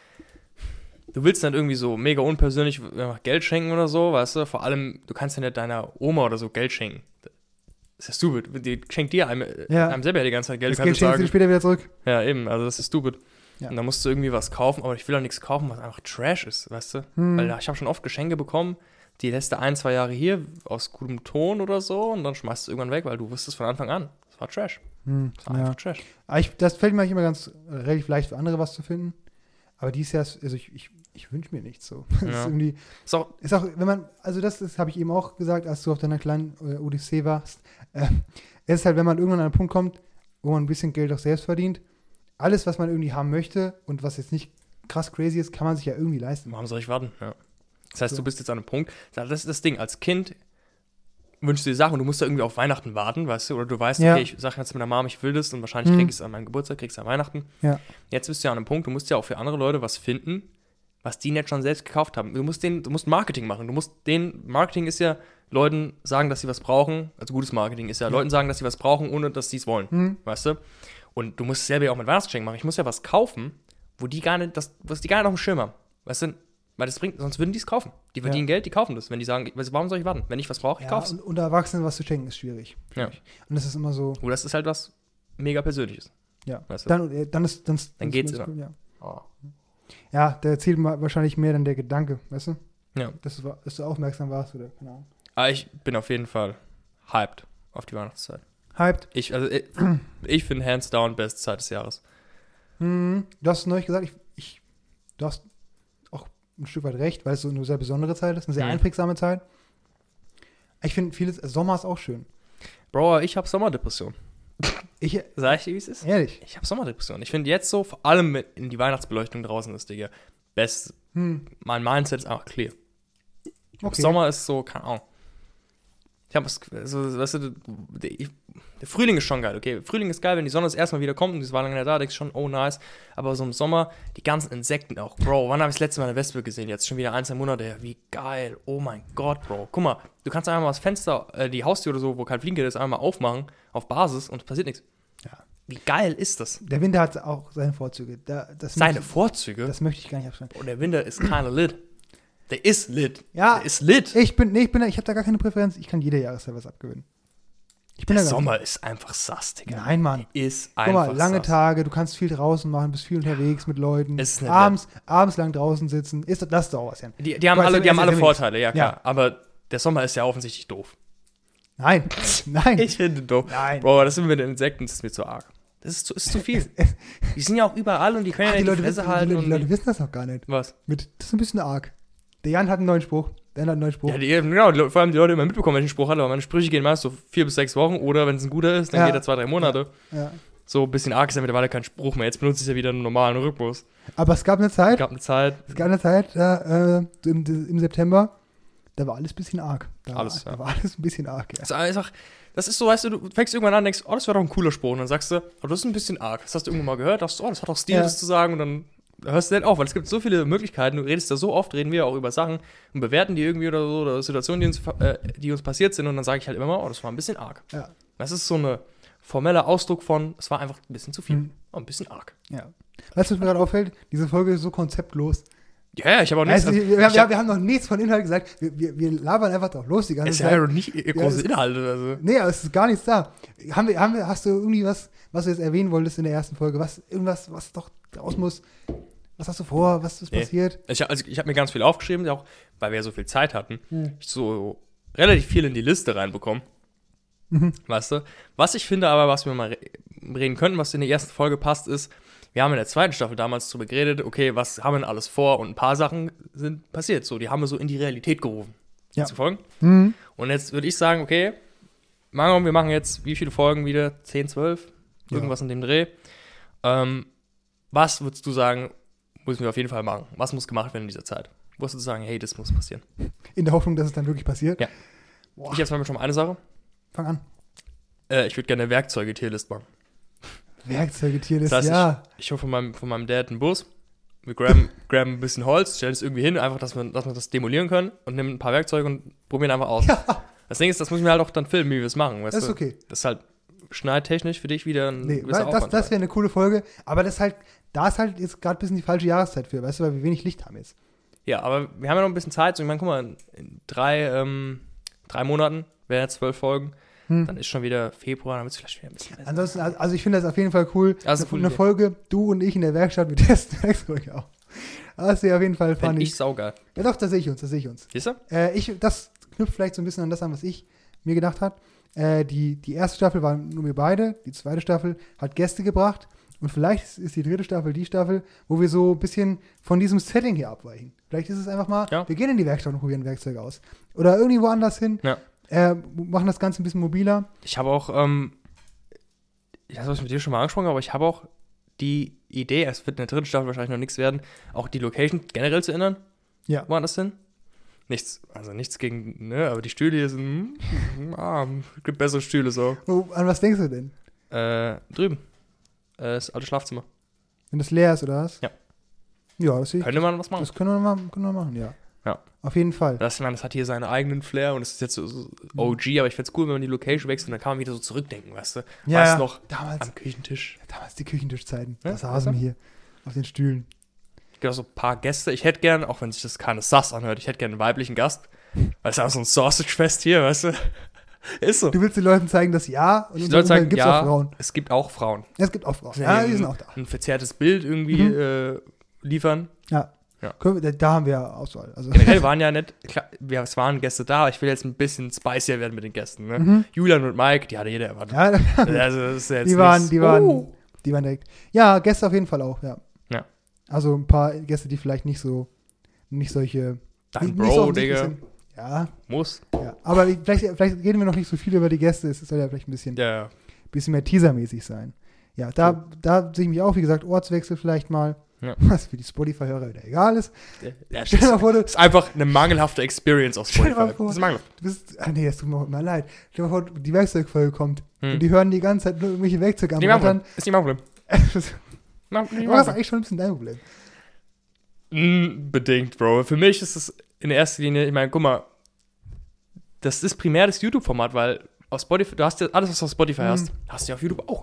du willst nicht irgendwie so mega unpersönlich äh, Geld schenken oder so, weißt du? Vor allem, du kannst ja nicht deiner Oma oder so Geld schenken. Das ist ja stupid. Die schenkt dir einem, Ja. einem selber ja die ganze Zeit Geld. Das Du Geld kannst schenkst du sagen, dir später wieder zurück. ja eben, also das ist stupid. Ja. Und dann musst du irgendwie was kaufen, aber ich will auch nichts kaufen, was einfach Trash ist, weißt du? Hm. Weil ich habe schon oft Geschenke bekommen, die lässt du ein, zwei Jahre hier aus gutem Ton oder so und dann schmeißt du irgendwann weg, weil du wusstest von Anfang an. Das war Trash. Hm. Das war Ja. einfach Trash. Aber ich, das fällt mir eigentlich immer ganz äh, relativ leicht für andere was zu finden. Aber dieses Jahr, ist, also ich, ich, ich wünsche mir nichts so. Das Ja. ist irgendwie, Ist auch, ist auch, wenn man, also das, das habe ich eben auch gesagt, als du auf deiner kleinen äh, Odyssee warst. Ähm, es ist halt, wenn man irgendwann an einen Punkt kommt, wo man ein bisschen Geld auch selbst verdient, alles, was man irgendwie haben möchte und was jetzt nicht krass crazy ist, kann man sich ja irgendwie leisten. warum soll ich warten? Ja. Das heißt, So. du bist jetzt an einem Punkt, das ist das Ding, als Kind wünschst du dir Sachen und du musst da irgendwie auf Weihnachten warten, weißt du, oder du weißt, Ja. okay, ich sage jetzt mit der Mom, ich will das und wahrscheinlich Mhm. krieg ich es an meinem Geburtstag, kriegst du an Weihnachten. Ja. Jetzt bist du ja an einem Punkt, du musst ja auch für andere Leute was finden, was die nicht schon selbst gekauft haben. Du musst denen, du musst Marketing machen. Du musst den Marketing ist ja Leuten sagen, dass sie was brauchen. Also gutes Marketing ist ja, Ja. Leuten sagen, dass sie was brauchen, ohne dass sie es wollen. Hm. Weißt du? Und du musst es selber ja auch mit Weihnachtsgeschenken machen. Ich muss ja was kaufen, wo die gar nicht, das, was die gar nicht auf dem Schirm haben. Weißt du? Weil das bringt, sonst würden die es kaufen. Die verdienen Ja. Geld, die kaufen das. Wenn die sagen, warum soll ich warten? Wenn ich was brauche, ich Ja, kauf's. und unter Erwachsenen was zu schenken ist schwierig. Ja. Und das ist immer so, Oder das ist halt was mega Persönliches. ja. Weißt du? Dann, äh, dann ist, dann, ist- Dann ist- geht's ist immer. cool, ja. Oh. Ja, da erzählt ma- wahrscheinlich mehr dann der Gedanke, weißt du? Ja. Dass du, dass du aufmerksam warst oder keine Ahnung. Aber ich bin auf jeden Fall hyped auf die Weihnachtszeit. Hyped. Ich, also, ich, ich finde hands down beste Zeit des Jahres. Hm, du hast neulich gesagt, ich, ich, du hast auch ein Stück weit recht, weil es so eine sehr besondere Zeit ist, eine sehr Mhm. einprägsame Zeit. Ich finde vieles, Sommer ist auch schön. Bro, ich habe Sommerdepression. Ich, Sag ich dir, wie es ist? ehrlich. Ich habe Sommerdepression. Ich finde jetzt so, vor allem mit in die Weihnachtsbeleuchtung draußen ist, Digga, best. Hm, Mein Mindset ist einfach clear. okay. Sommer ist so, keine Ahnung. Ich habe es, so, weißt du, der, ich, der Frühling ist schon geil, okay. Frühling ist geil, wenn die Sonne das erstmal wieder kommt und es war lange nicht da, denkst du schon, oh nice. Aber so im Sommer, die ganzen Insekten auch. Bro, wann habe ich das letzte Mal eine Wespe gesehen? Jetzt schon wieder ein, zwei Monate her. Wie geil. Oh mein Gott, Bro. Guck mal, du kannst einfach mal das Fenster, äh, die Haustür oder so, wo kein Fliegen geht, ist, einmal aufmachen, auf Basis und es passiert nichts. Ja. Wie geil ist das? Der Winter hat auch seine Vorzüge. Da, das Seine möchte, Vorzüge? Das möchte ich gar nicht abschneiden. Und der Winter ist kinda lit. Der ist lit. Ja. Der ist lit. Ich bin, nee, ich bin, da- ich habe da gar keine Präferenz. Ich kann jede Jahreszeit was abgewinnen. Ich bin Der da gar Sommer ist einfach sass, Digga. Nein, Mann. Ist Guck einfach mal, lange sass. Tage, du kannst viel draußen machen, bist viel unterwegs mit Leuten. Es ist nicht abends, abends lang draußen sitzen. Ist das, das ist doch auch was, Jan. Die, die haben Du weißt, alle, du die haben weißt, alle ja, Vorteile, ja klar. Ja. Aber der Sommer ist ja offensichtlich doof. Nein, nein, Ich finde doof. nein. Bro, das sind mit den Insekten, das ist mir zu arg. Das ist zu, ist zu viel. Die sind ja auch überall und die können Ach, ja die, nicht die Leute Fresse wissen, halten. die, die und Leute die, wissen das noch gar nicht. was? Mit, das ist ein bisschen arg. Der Jan hat einen neuen Spruch. Der Jan hat einen neuen Spruch. Ja, die, genau, die, vor allem die Leute immer mitbekommen, wenn ich einen Spruch hatte, aber meine Sprüche gehen meist so vier bis sechs Wochen oder wenn es ein guter ist, dann Ja. geht er zwei, drei Monate. Ja. So ein bisschen arg ist ja mittlerweile kein Spruch mehr. Jetzt benutze ich ja wieder einen normalen Rhythmus. Aber es gab eine Es Zeit, gab eine Zeit, es gab eine Zeit, da, äh, im, im September, da war alles ein bisschen arg. Da, Alles, war, ja. da war alles ein bisschen arg, ja. das ist einfach, das ist so, weißt du, du fängst irgendwann an und denkst, oh, das wäre doch ein cooler Spruch. Und dann sagst du, oh, das ist ein bisschen arg. Das hast du irgendwann mal gehört, dachtest, oh, das hat doch Stil, Ja. das zu sagen. Und dann hörst du nicht auf, weil es gibt so viele Möglichkeiten. Du redest da so oft, reden wir auch über Sachen und bewerten die irgendwie oder so, oder Situationen, die uns, äh, die uns passiert sind. Und dann sage ich halt immer mal, oh, das war ein bisschen arg. Ja. Das ist so ein formeller Ausdruck von, es war einfach ein bisschen zu viel. Hm. Oh, ein bisschen arg. Ja. Weißt du, was mir gerade auffällt? Diese Folge ist so konzeptlos. Ja, ja, ich habe auch nichts. Also, wir, wir, ich wir, hab, wir haben noch nichts von Inhalt gesagt. Wir, wir, wir labern einfach drauf los die ganze es ist Zeit. ja noch nicht große es- Inhalte. Also. Nee, aber es ist gar nichts da. Haben wir, haben wir, hast du irgendwie was, was du jetzt erwähnen wolltest in der ersten Folge? Was, irgendwas, was doch raus muss? Was hast du vor? Was ist Nee. passiert? Ich, also ich habe mir ganz viel aufgeschrieben, auch weil wir ja so viel Zeit hatten. Hm. Ich so relativ viel in die Liste reinbekommen. Mhm. Weißt du? Was ich finde aber, was wir mal re reden könnten, was in die erste Folge passt, ist, wir haben in der zweiten Staffel damals darüber geredet, okay, was haben wir denn alles vor? Und ein paar Sachen sind passiert. So, die haben wir so in die Realität gerufen. Ja. Zu folgen? Mhm. Und jetzt würde ich sagen, okay, machen wir, wir machen jetzt wie viele Folgen wieder? zehn, zwölf? Irgendwas in dem Dreh. Ähm, was würdest du sagen, müssen wir auf jeden Fall machen? Was muss gemacht werden in dieser Zeit? Wo würdest du sagen, hey, das muss passieren? In der Hoffnung, dass es dann wirklich passiert. Ja. Boah, Ich habe zum Beispiel schon mal eine Sache. fang an. Äh, ich würde gerne eine Werkzeuge-Tierlist machen. Werkzeuge, Tierlist, Das heißt, ja. Ich, ich hole von meinem, von meinem Dad einen Bus. Wir graben, graben ein bisschen Holz, stellen es irgendwie hin, einfach, dass wir, dass wir das demolieren können und nehmen ein paar Werkzeuge und probieren einfach aus. Ja. Das Ding ist, das müssen wir halt auch dann filmen, wie wir es machen. Weißt Das ist du? okay. Das ist halt schneidtechnisch für dich wieder ein Nee, gewisser weil das, Aufwand. das wäre eine coole Folge, aber das halt, da ist halt jetzt gerade ein bisschen die falsche Jahreszeit für, weißt du, weil wir wenig Licht haben jetzt. Ja, aber wir haben ja noch ein bisschen Zeit. So, ich meine, guck mal, in, in drei, ähm, drei Monaten wären jetzt zwölf Folgen. Hm. Dann ist schon wieder Februar, dann wird es vielleicht wieder ein bisschen besser. Ansonsten, also ich finde das auf jeden Fall cool. Also eine, coole eine Idee. Folge, du und ich in der Werkstatt, wir testen Werkzeuge auch. Das wäre auf jeden Fall Fänd funny. ich saugeil. Ja doch, da sehe ich uns, da sehe ich uns. Siehst du? Äh, ich, das knüpft vielleicht so ein bisschen an das an, was ich mir gedacht habe. Äh, die, die erste Staffel waren nur wir beide, die zweite Staffel hat Gäste gebracht und vielleicht ist die dritte Staffel die Staffel, wo wir so ein bisschen von diesem Setting hier abweichen. Vielleicht ist es einfach mal, Ja. wir gehen in die Werkstatt und probieren Werkzeuge aus. Oder irgendwie woanders hin, Ja. äh, machen das Ganze ein bisschen mobiler. Ich habe auch, ähm, ich habe es mit dir schon mal angesprochen, aber ich habe auch die Idee, es wird in der dritten Staffel wahrscheinlich noch nichts werden, auch die Location generell zu ändern. Ja. Woanders hin? Nichts, also nichts gegen, ne, aber die Stühle hier sind, hm, ah, gibt bessere Stühle so. Wo, an was denkst du denn? Äh, drüben. Äh, das alte Schlafzimmer. Wenn das leer ist oder was? Ja. Ja, das sehe ich. Könnte man was machen. Das können wir, mal, können wir machen, ja. Ja. Auf jeden Fall. Das, ich meine, das hat hier seinen eigenen Flair und es ist jetzt so, so O G, aber ich find's cool, wenn man die Location wechselt und dann kann man wieder so zurückdenken, weißt du? Ja, weißt ja. noch, Damals, am Küchentisch. damals die Küchentischzeiten. Ja, Da saßen wir hier auf den Stühlen. Es gibt auch so ein paar Gäste. Ich hätte gern, auch wenn sich das keine Sass anhört, ich hätte gern einen weiblichen Gast. Weil es ist auch so ein Sausage-Fest hier, weißt du? Ist so. Du willst den Leuten zeigen, dass ja, und Ich in soll unserem sagen, Umfeld gibt's ja, auch Frauen. es gibt auch Frauen. Ja, es gibt auch Frauen. Ja, Ja, die sind auch da. Ein verzerrtes Bild irgendwie Mhm. äh, liefern. Ja. Ja. Können wir, da, da haben wir ja Auswahl. Also, Generell waren ja nicht, klar, wir, es waren Gäste da, aber ich will jetzt ein bisschen spicier werden mit den Gästen. Ne? Mhm. Julian und Mike, die hatte jeder erwartet. ja, Also, das ist ja jetzt die waren, nichts- die waren, Oh. die waren direkt. Ja, Gäste auf jeden Fall auch, ja. Ja. Also ein paar Gäste, die vielleicht nicht so, nicht solche. Dein nicht Bro, so offensichtlich Digga. sind. Ja, Muss. ja. Aber vielleicht, vielleicht reden wir noch nicht so viel über die Gäste. Es soll ja vielleicht ein bisschen, Ja, ja. bisschen mehr teasermäßig sein. Ja, da, da sehe ich mich auch, wie gesagt, Ortswechsel vielleicht mal. Ja. Was für die Spotify-Hörer wieder egal ist. Ja, Stell dir mal vor, du, ist einfach eine mangelhafte Experience aus Stell dir mal Spotify. vor. Das ist mangelhaft. du bist. Ah nee, das tut mir auch immer leid. Stell dir mal vor, die Werkzeugfolge kommt Hm. und die hören die ganze Zeit nur irgendwelche Werkzeuge am Nicht mein Rattern. Problem. Ist nicht mein Problem. Das Mach- nicht mein war Problem. eigentlich schon ein bisschen dein Problem. Mm, Bedingt, Bro. Für mich ist es in erster Linie, ich meine, guck mal, das ist primär das YouTube-Format, weil auf Spotify, du hast ja alles, was du auf Spotify Mhm. hast, hast du ja auf YouTube auch.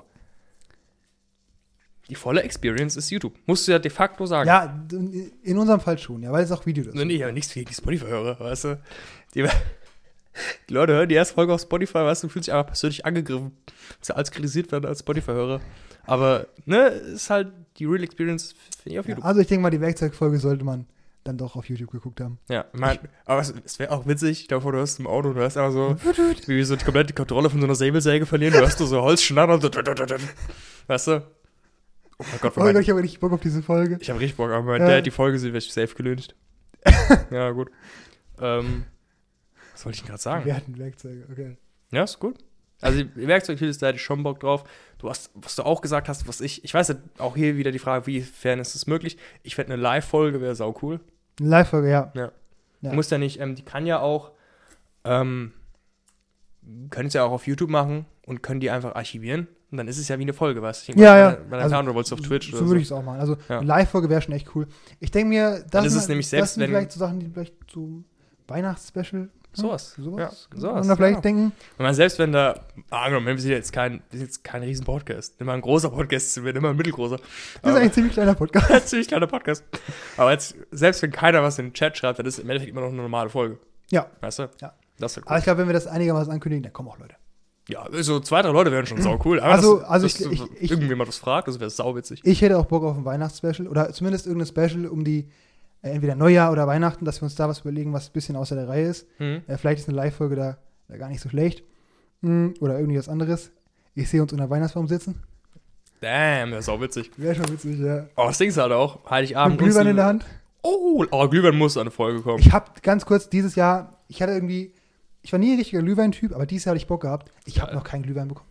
Die volle Experience ist YouTube. Musst du ja de facto sagen. Ja, in unserem Fall schon, ja, weil es auch Video ist. Nee, nee, aber nichts gegen die Spotify-Hörer, weißt du. Die, die Leute hören die erste Folge auf Spotify, weißt du, fühlen sich einfach persönlich angegriffen, dass sie als kritisiert werden als Spotify-Hörer. Aber, ne, ist halt die Real Experience, finde ich, auf Ja, YouTube. also ich denke mal, die Werkzeugfolge sollte man dann doch auf YouTube geguckt haben. Ja, ich mein, aber es, es wäre auch witzig, stell dir vor, du hörst im Auto, du hörst einfach so, wie wir so die komplette Kontrolle von so einer Säbelsäge verlieren, du hörst du so Holz schnattern, so, weißt du? Oh mein Gott, Oh mein, Gott, ich habe richtig Bock auf diese Folge. ich habe richtig Bock, aber wenn Ja. der die Folge sieht, wäre ich safe gelüncht. Ja, gut. Ähm, was wollte ich denn gerade sagen? Wir hatten Werkzeuge, okay. Ja, ist gut. Also die Werkzeugtüte, da hätte ich schon Bock drauf. Du hast, was du auch gesagt hast, was ich, ich weiß ja, auch hier wieder die Frage, wiefern ist es möglich? Ich fände eine Live-Folge, wäre sau cool. Eine Live-Folge, ja. Ja. Ja. Du musst ja nicht, ähm, die kann ja auch, ähm, können es ja auch auf YouTube machen und können die einfach archivieren. Und dann ist es ja wie eine Folge, weißt du? Ich Ja, ja. Bei, bei deinem Also, Account, oder wolltest du auf Twitch So oder würde so. ich es auch machen. Also Ja. eine Live-Folge wäre schon echt cool. Ich denke mir, das Dann ist sind, es nämlich das selbst, sind wenn- vielleicht so Sachen, die vielleicht so Weihnachtsspecial Sowas. Ja, sowas. Ja, sowas. Und da vielleicht ja. denken, Ich meine, selbst wenn da, angenommen, wir sind jetzt kein, wir sind jetzt kein riesen Podcast, immer ein großer Podcast sind wir, immer ein mittelgroßer. das ist eigentlich ein ziemlich kleiner Podcast. ein ziemlich kleiner Podcast. Aber jetzt, selbst wenn keiner was in den Chat schreibt, dann ist es im Endeffekt immer noch eine normale Folge. Ja. Weißt du? Ja. Das ist halt cool. Aber ich glaube, wenn wir das einigermaßen ankündigen, dann kommen auch Leute. Ja, so zwei, drei Leute wären schon sau cool. Aber Also- das, also dass ich- ich- ich- irgendjemand was fragt, das wäre sauwitzig. Ich hätte auch Bock auf ein Weihnachtsspecial oder zumindest irgendein Special um die äh, entweder Neujahr oder Weihnachten, dass wir uns da was überlegen, was ein bisschen außer der Reihe ist. Hm. Äh, vielleicht ist eine Live-Folge da, da gar nicht so schlecht. Hm, oder irgendwie was anderes. Ich sehe uns unter Weihnachtsbaum sitzen. Damn, wäre sauwitzig. Wäre schon witzig, ja. Oh, das Ding ist halt auch, Mit Heiligabend. Glühwein uns- in der Hand. Oh, oh, Glühwein muss an eine Folge kommen. Ich habe ganz kurz dieses Jahr, ich hatte irgendwie, ich war nie ein richtiger Glühwein-Typ, aber dieses Jahr hatte ich Bock gehabt. Ich habe Geil. noch keinen Glühwein bekommen.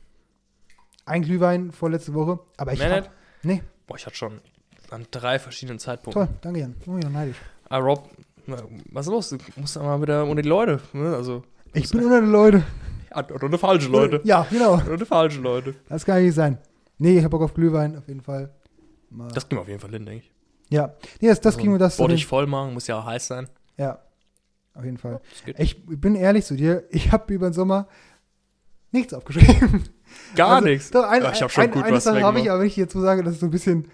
Ein Glühwein vorletzte Woche, aber ich Mehr habe, nicht? nee, Boah, ich hatte schon an drei verschiedenen Zeitpunkten. toll, danke Jan. Oh ja, neidisch. Ah, Rob, na, was ist los? Du musst mal wieder ohne die Leute. Ne? Also, Ich bin unter den Leute. ja, oder eine falsche Leute. Ja, genau. Oder eine falsche Leute. Das kann nicht sein. Nee, ich habe Bock auf Glühwein, auf jeden Fall. Mal. Das ging auf jeden Fall hin, denke ich. ja, nee, das, das Also, ging mir das. Bottich voll machen, muss ja auch heiß sein. Ja, auf jeden Fall. Das geht. Ich bin ehrlich zu dir, ich habe über den Sommer nichts aufgeschrieben. Gar Also, nichts. Doch, ein, Ja, ich habe schon ein, gut eine was Sache habe ich, weggemacht. aber wenn ich jetzt so sage, das ist so ein bisschen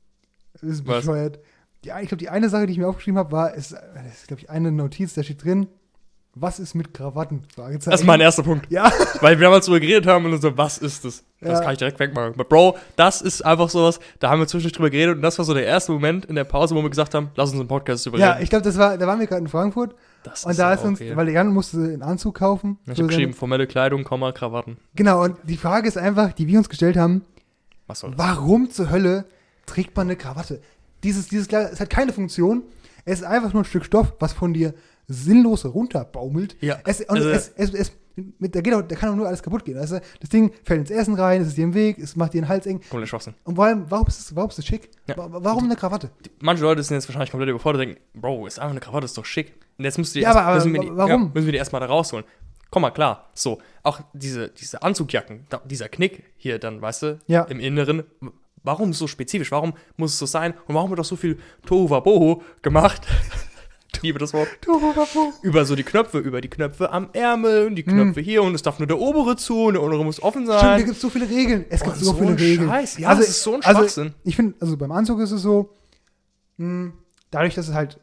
das ist Was? bescheuert. Die, ich glaube, die eine Sache, die ich mir aufgeschrieben habe, war, ist, das ist, glaube ich, eine Notiz, da steht drin, was ist mit Krawatten? Fragezeichen. Das ist mein erster Punkt. Ja, Weil wir damals drüber geredet haben und dann so, was ist das? Das Ja. kann ich direkt wegmachen. Aber Bro, das ist einfach sowas, da haben wir zwischendurch drüber geredet und das war so der erste Moment in der Pause, wo wir gesagt haben, lass uns einen Podcast drüber ja, reden. ich glaube, das war, da waren wir gerade in Frankfurt Das und da ist auch uns, okay. weil Jan musste einen Anzug kaufen. Ich für habe geschrieben, seine- formelle Kleidung, Komma, Krawatten. Genau, und die Frage ist einfach, die wir uns gestellt haben, Was soll das? warum zur Hölle trägt man eine Krawatte? Dieses, dieses Kleid, es hat keine Funktion. Es ist einfach nur ein Stück Stoff, was von dir sinnlos runterbaumelt. Ja, Es, und also- es, es, es, mit, da, geht auch, da kann auch nur alles kaputt gehen. Also, das Ding fällt ins Essen rein, es ist dir im Weg, es macht dir den Hals eng. Kompletter Schwachsinn. Und vor allem, warum ist es, warum ist es schick? Ja. Wa- Warum eine Krawatte? Manche Leute sind jetzt wahrscheinlich komplett überfordert und denken, Bro, ist einfach eine Krawatte, ist doch schick. Und jetzt musst du die Ja, erst- aber- aber müssen wir die, warum? Ja, müssen wir die erstmal da rausholen. Komm mal, klar. So, auch diese, diese Anzugjacken, da, dieser Knick hier dann, weißt du, Ja. im Inneren. Warum so spezifisch? Warum muss es so sein? Und warum wird doch so viel Tohuwabohu gemacht? Ich liebe das Wort. Über so die Knöpfe, über die Knöpfe am Ärmel und die Knöpfe hier und es darf nur der obere zu und der untere muss offen Stimmt, da sein. gibt es so viele Regeln. Es gibt Oh, so, so viele ein Regeln. Scheiß. Ja, das ist so ein also, Schwachsinn. Ich finde, also beim Anzug ist es so, mh, dadurch, dass es halt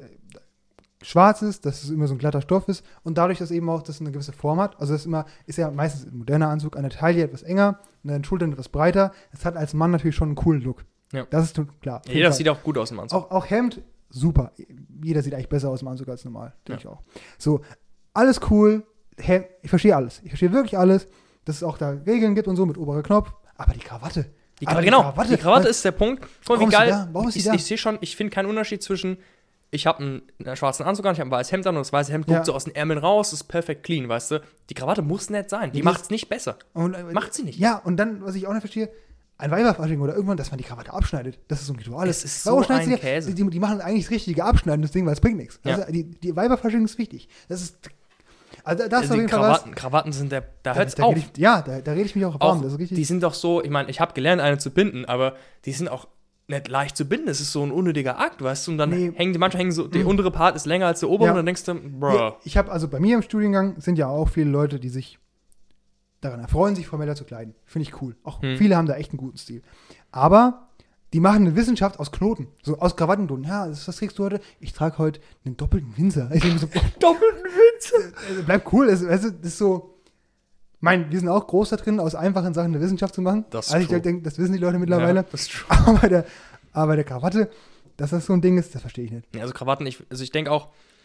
äh, schwarz ist, dass es immer so ein glatter Stoff ist und dadurch, dass eben auch das eine gewisse Form hat. Also es ist immer, ist ja meistens ein moderner Anzug, an der Taille etwas enger, an den Schultern etwas breiter. Es hat als Mann natürlich schon einen coolen Look. Ja. Das ist klar. auf Ja, jeden jeder Fall. sieht auch gut aus im Anzug. Auch, auch Hemd, super. Jeder sieht eigentlich besser aus im Anzug als normal. Denke Ja. ich auch. So, alles cool. Hem ich verstehe alles. Ich verstehe wirklich alles, dass es auch da Regeln gibt und so mit oberer Knopf. Aber die Krawatte. Die, aber Krawatte, genau, die Krawatte ist der Punkt. Guck mal, Warum wie ist die geil. da? Warum ist die ich da? ich sehe schon, ich finde keinen Unterschied zwischen, ich habe einen, einen schwarzen Anzug an, ich habe ein weißes Hemd an und das weiße Hemd Ja. guckt so aus den Ärmeln raus, ist perfekt clean, weißt du. Die Krawatte muss nett sein. Die Ja, macht es nicht besser. Und, äh, Macht sie nicht. Ja, und dann, was ich auch nicht verstehe, ein Weiberfasching oder irgendwann, dass man die Krawatte abschneidet. Das ist so ein Ritual. Es ist Warum so schneiden sie ein die- Käse. Die, die machen eigentlich das richtige Abschneiden, das Ding, weil es bringt nichts. Ja. Also, die, die Weiberfasching ist wichtig. Das ist, also das ist Also auf die jeden Fall Krawatten, Krawatten sind der, da was. hört's da, auf. rede ich, ja, da, da rede ich mich auch Auch, warm. Das ist richtig. die sind doch so, ich meine, ich habe gelernt, eine zu binden, aber die sind auch nicht leicht zu binden. Es ist so ein unnötiger Akt, weißt du, und dann Nee. hängen die, manchmal hängen so, der untere Part ist länger als der obere Ja. und dann denkst du, bro. Ja, ich habe also bei mir im Studiengang sind ja auch viele Leute, die sich daran erfreuen, sich formeller zu kleiden. Finde ich cool. Auch Hm. viele haben da echt einen guten Stil. Aber die machen eine Wissenschaft aus Knoten, so aus Krawattenknoten. Ja, das, was trägst du heute? Ich trage heute einen doppelten Winzer. Ich denke mir so, boah, Doppelten Witz. äh, bleib cool. Das, also, das ist so. Mein, wir sind auch groß da drin, aus einfachen Sachen eine Wissenschaft zu machen. Das ist also ich true. denke, das wissen die Leute mittlerweile. Ja, das ist true. Aber bei der, aber bei der Krawatte, dass das so ein Ding ist, das verstehe ich nicht. Ja, also Krawatten, ich, also ich denke auch,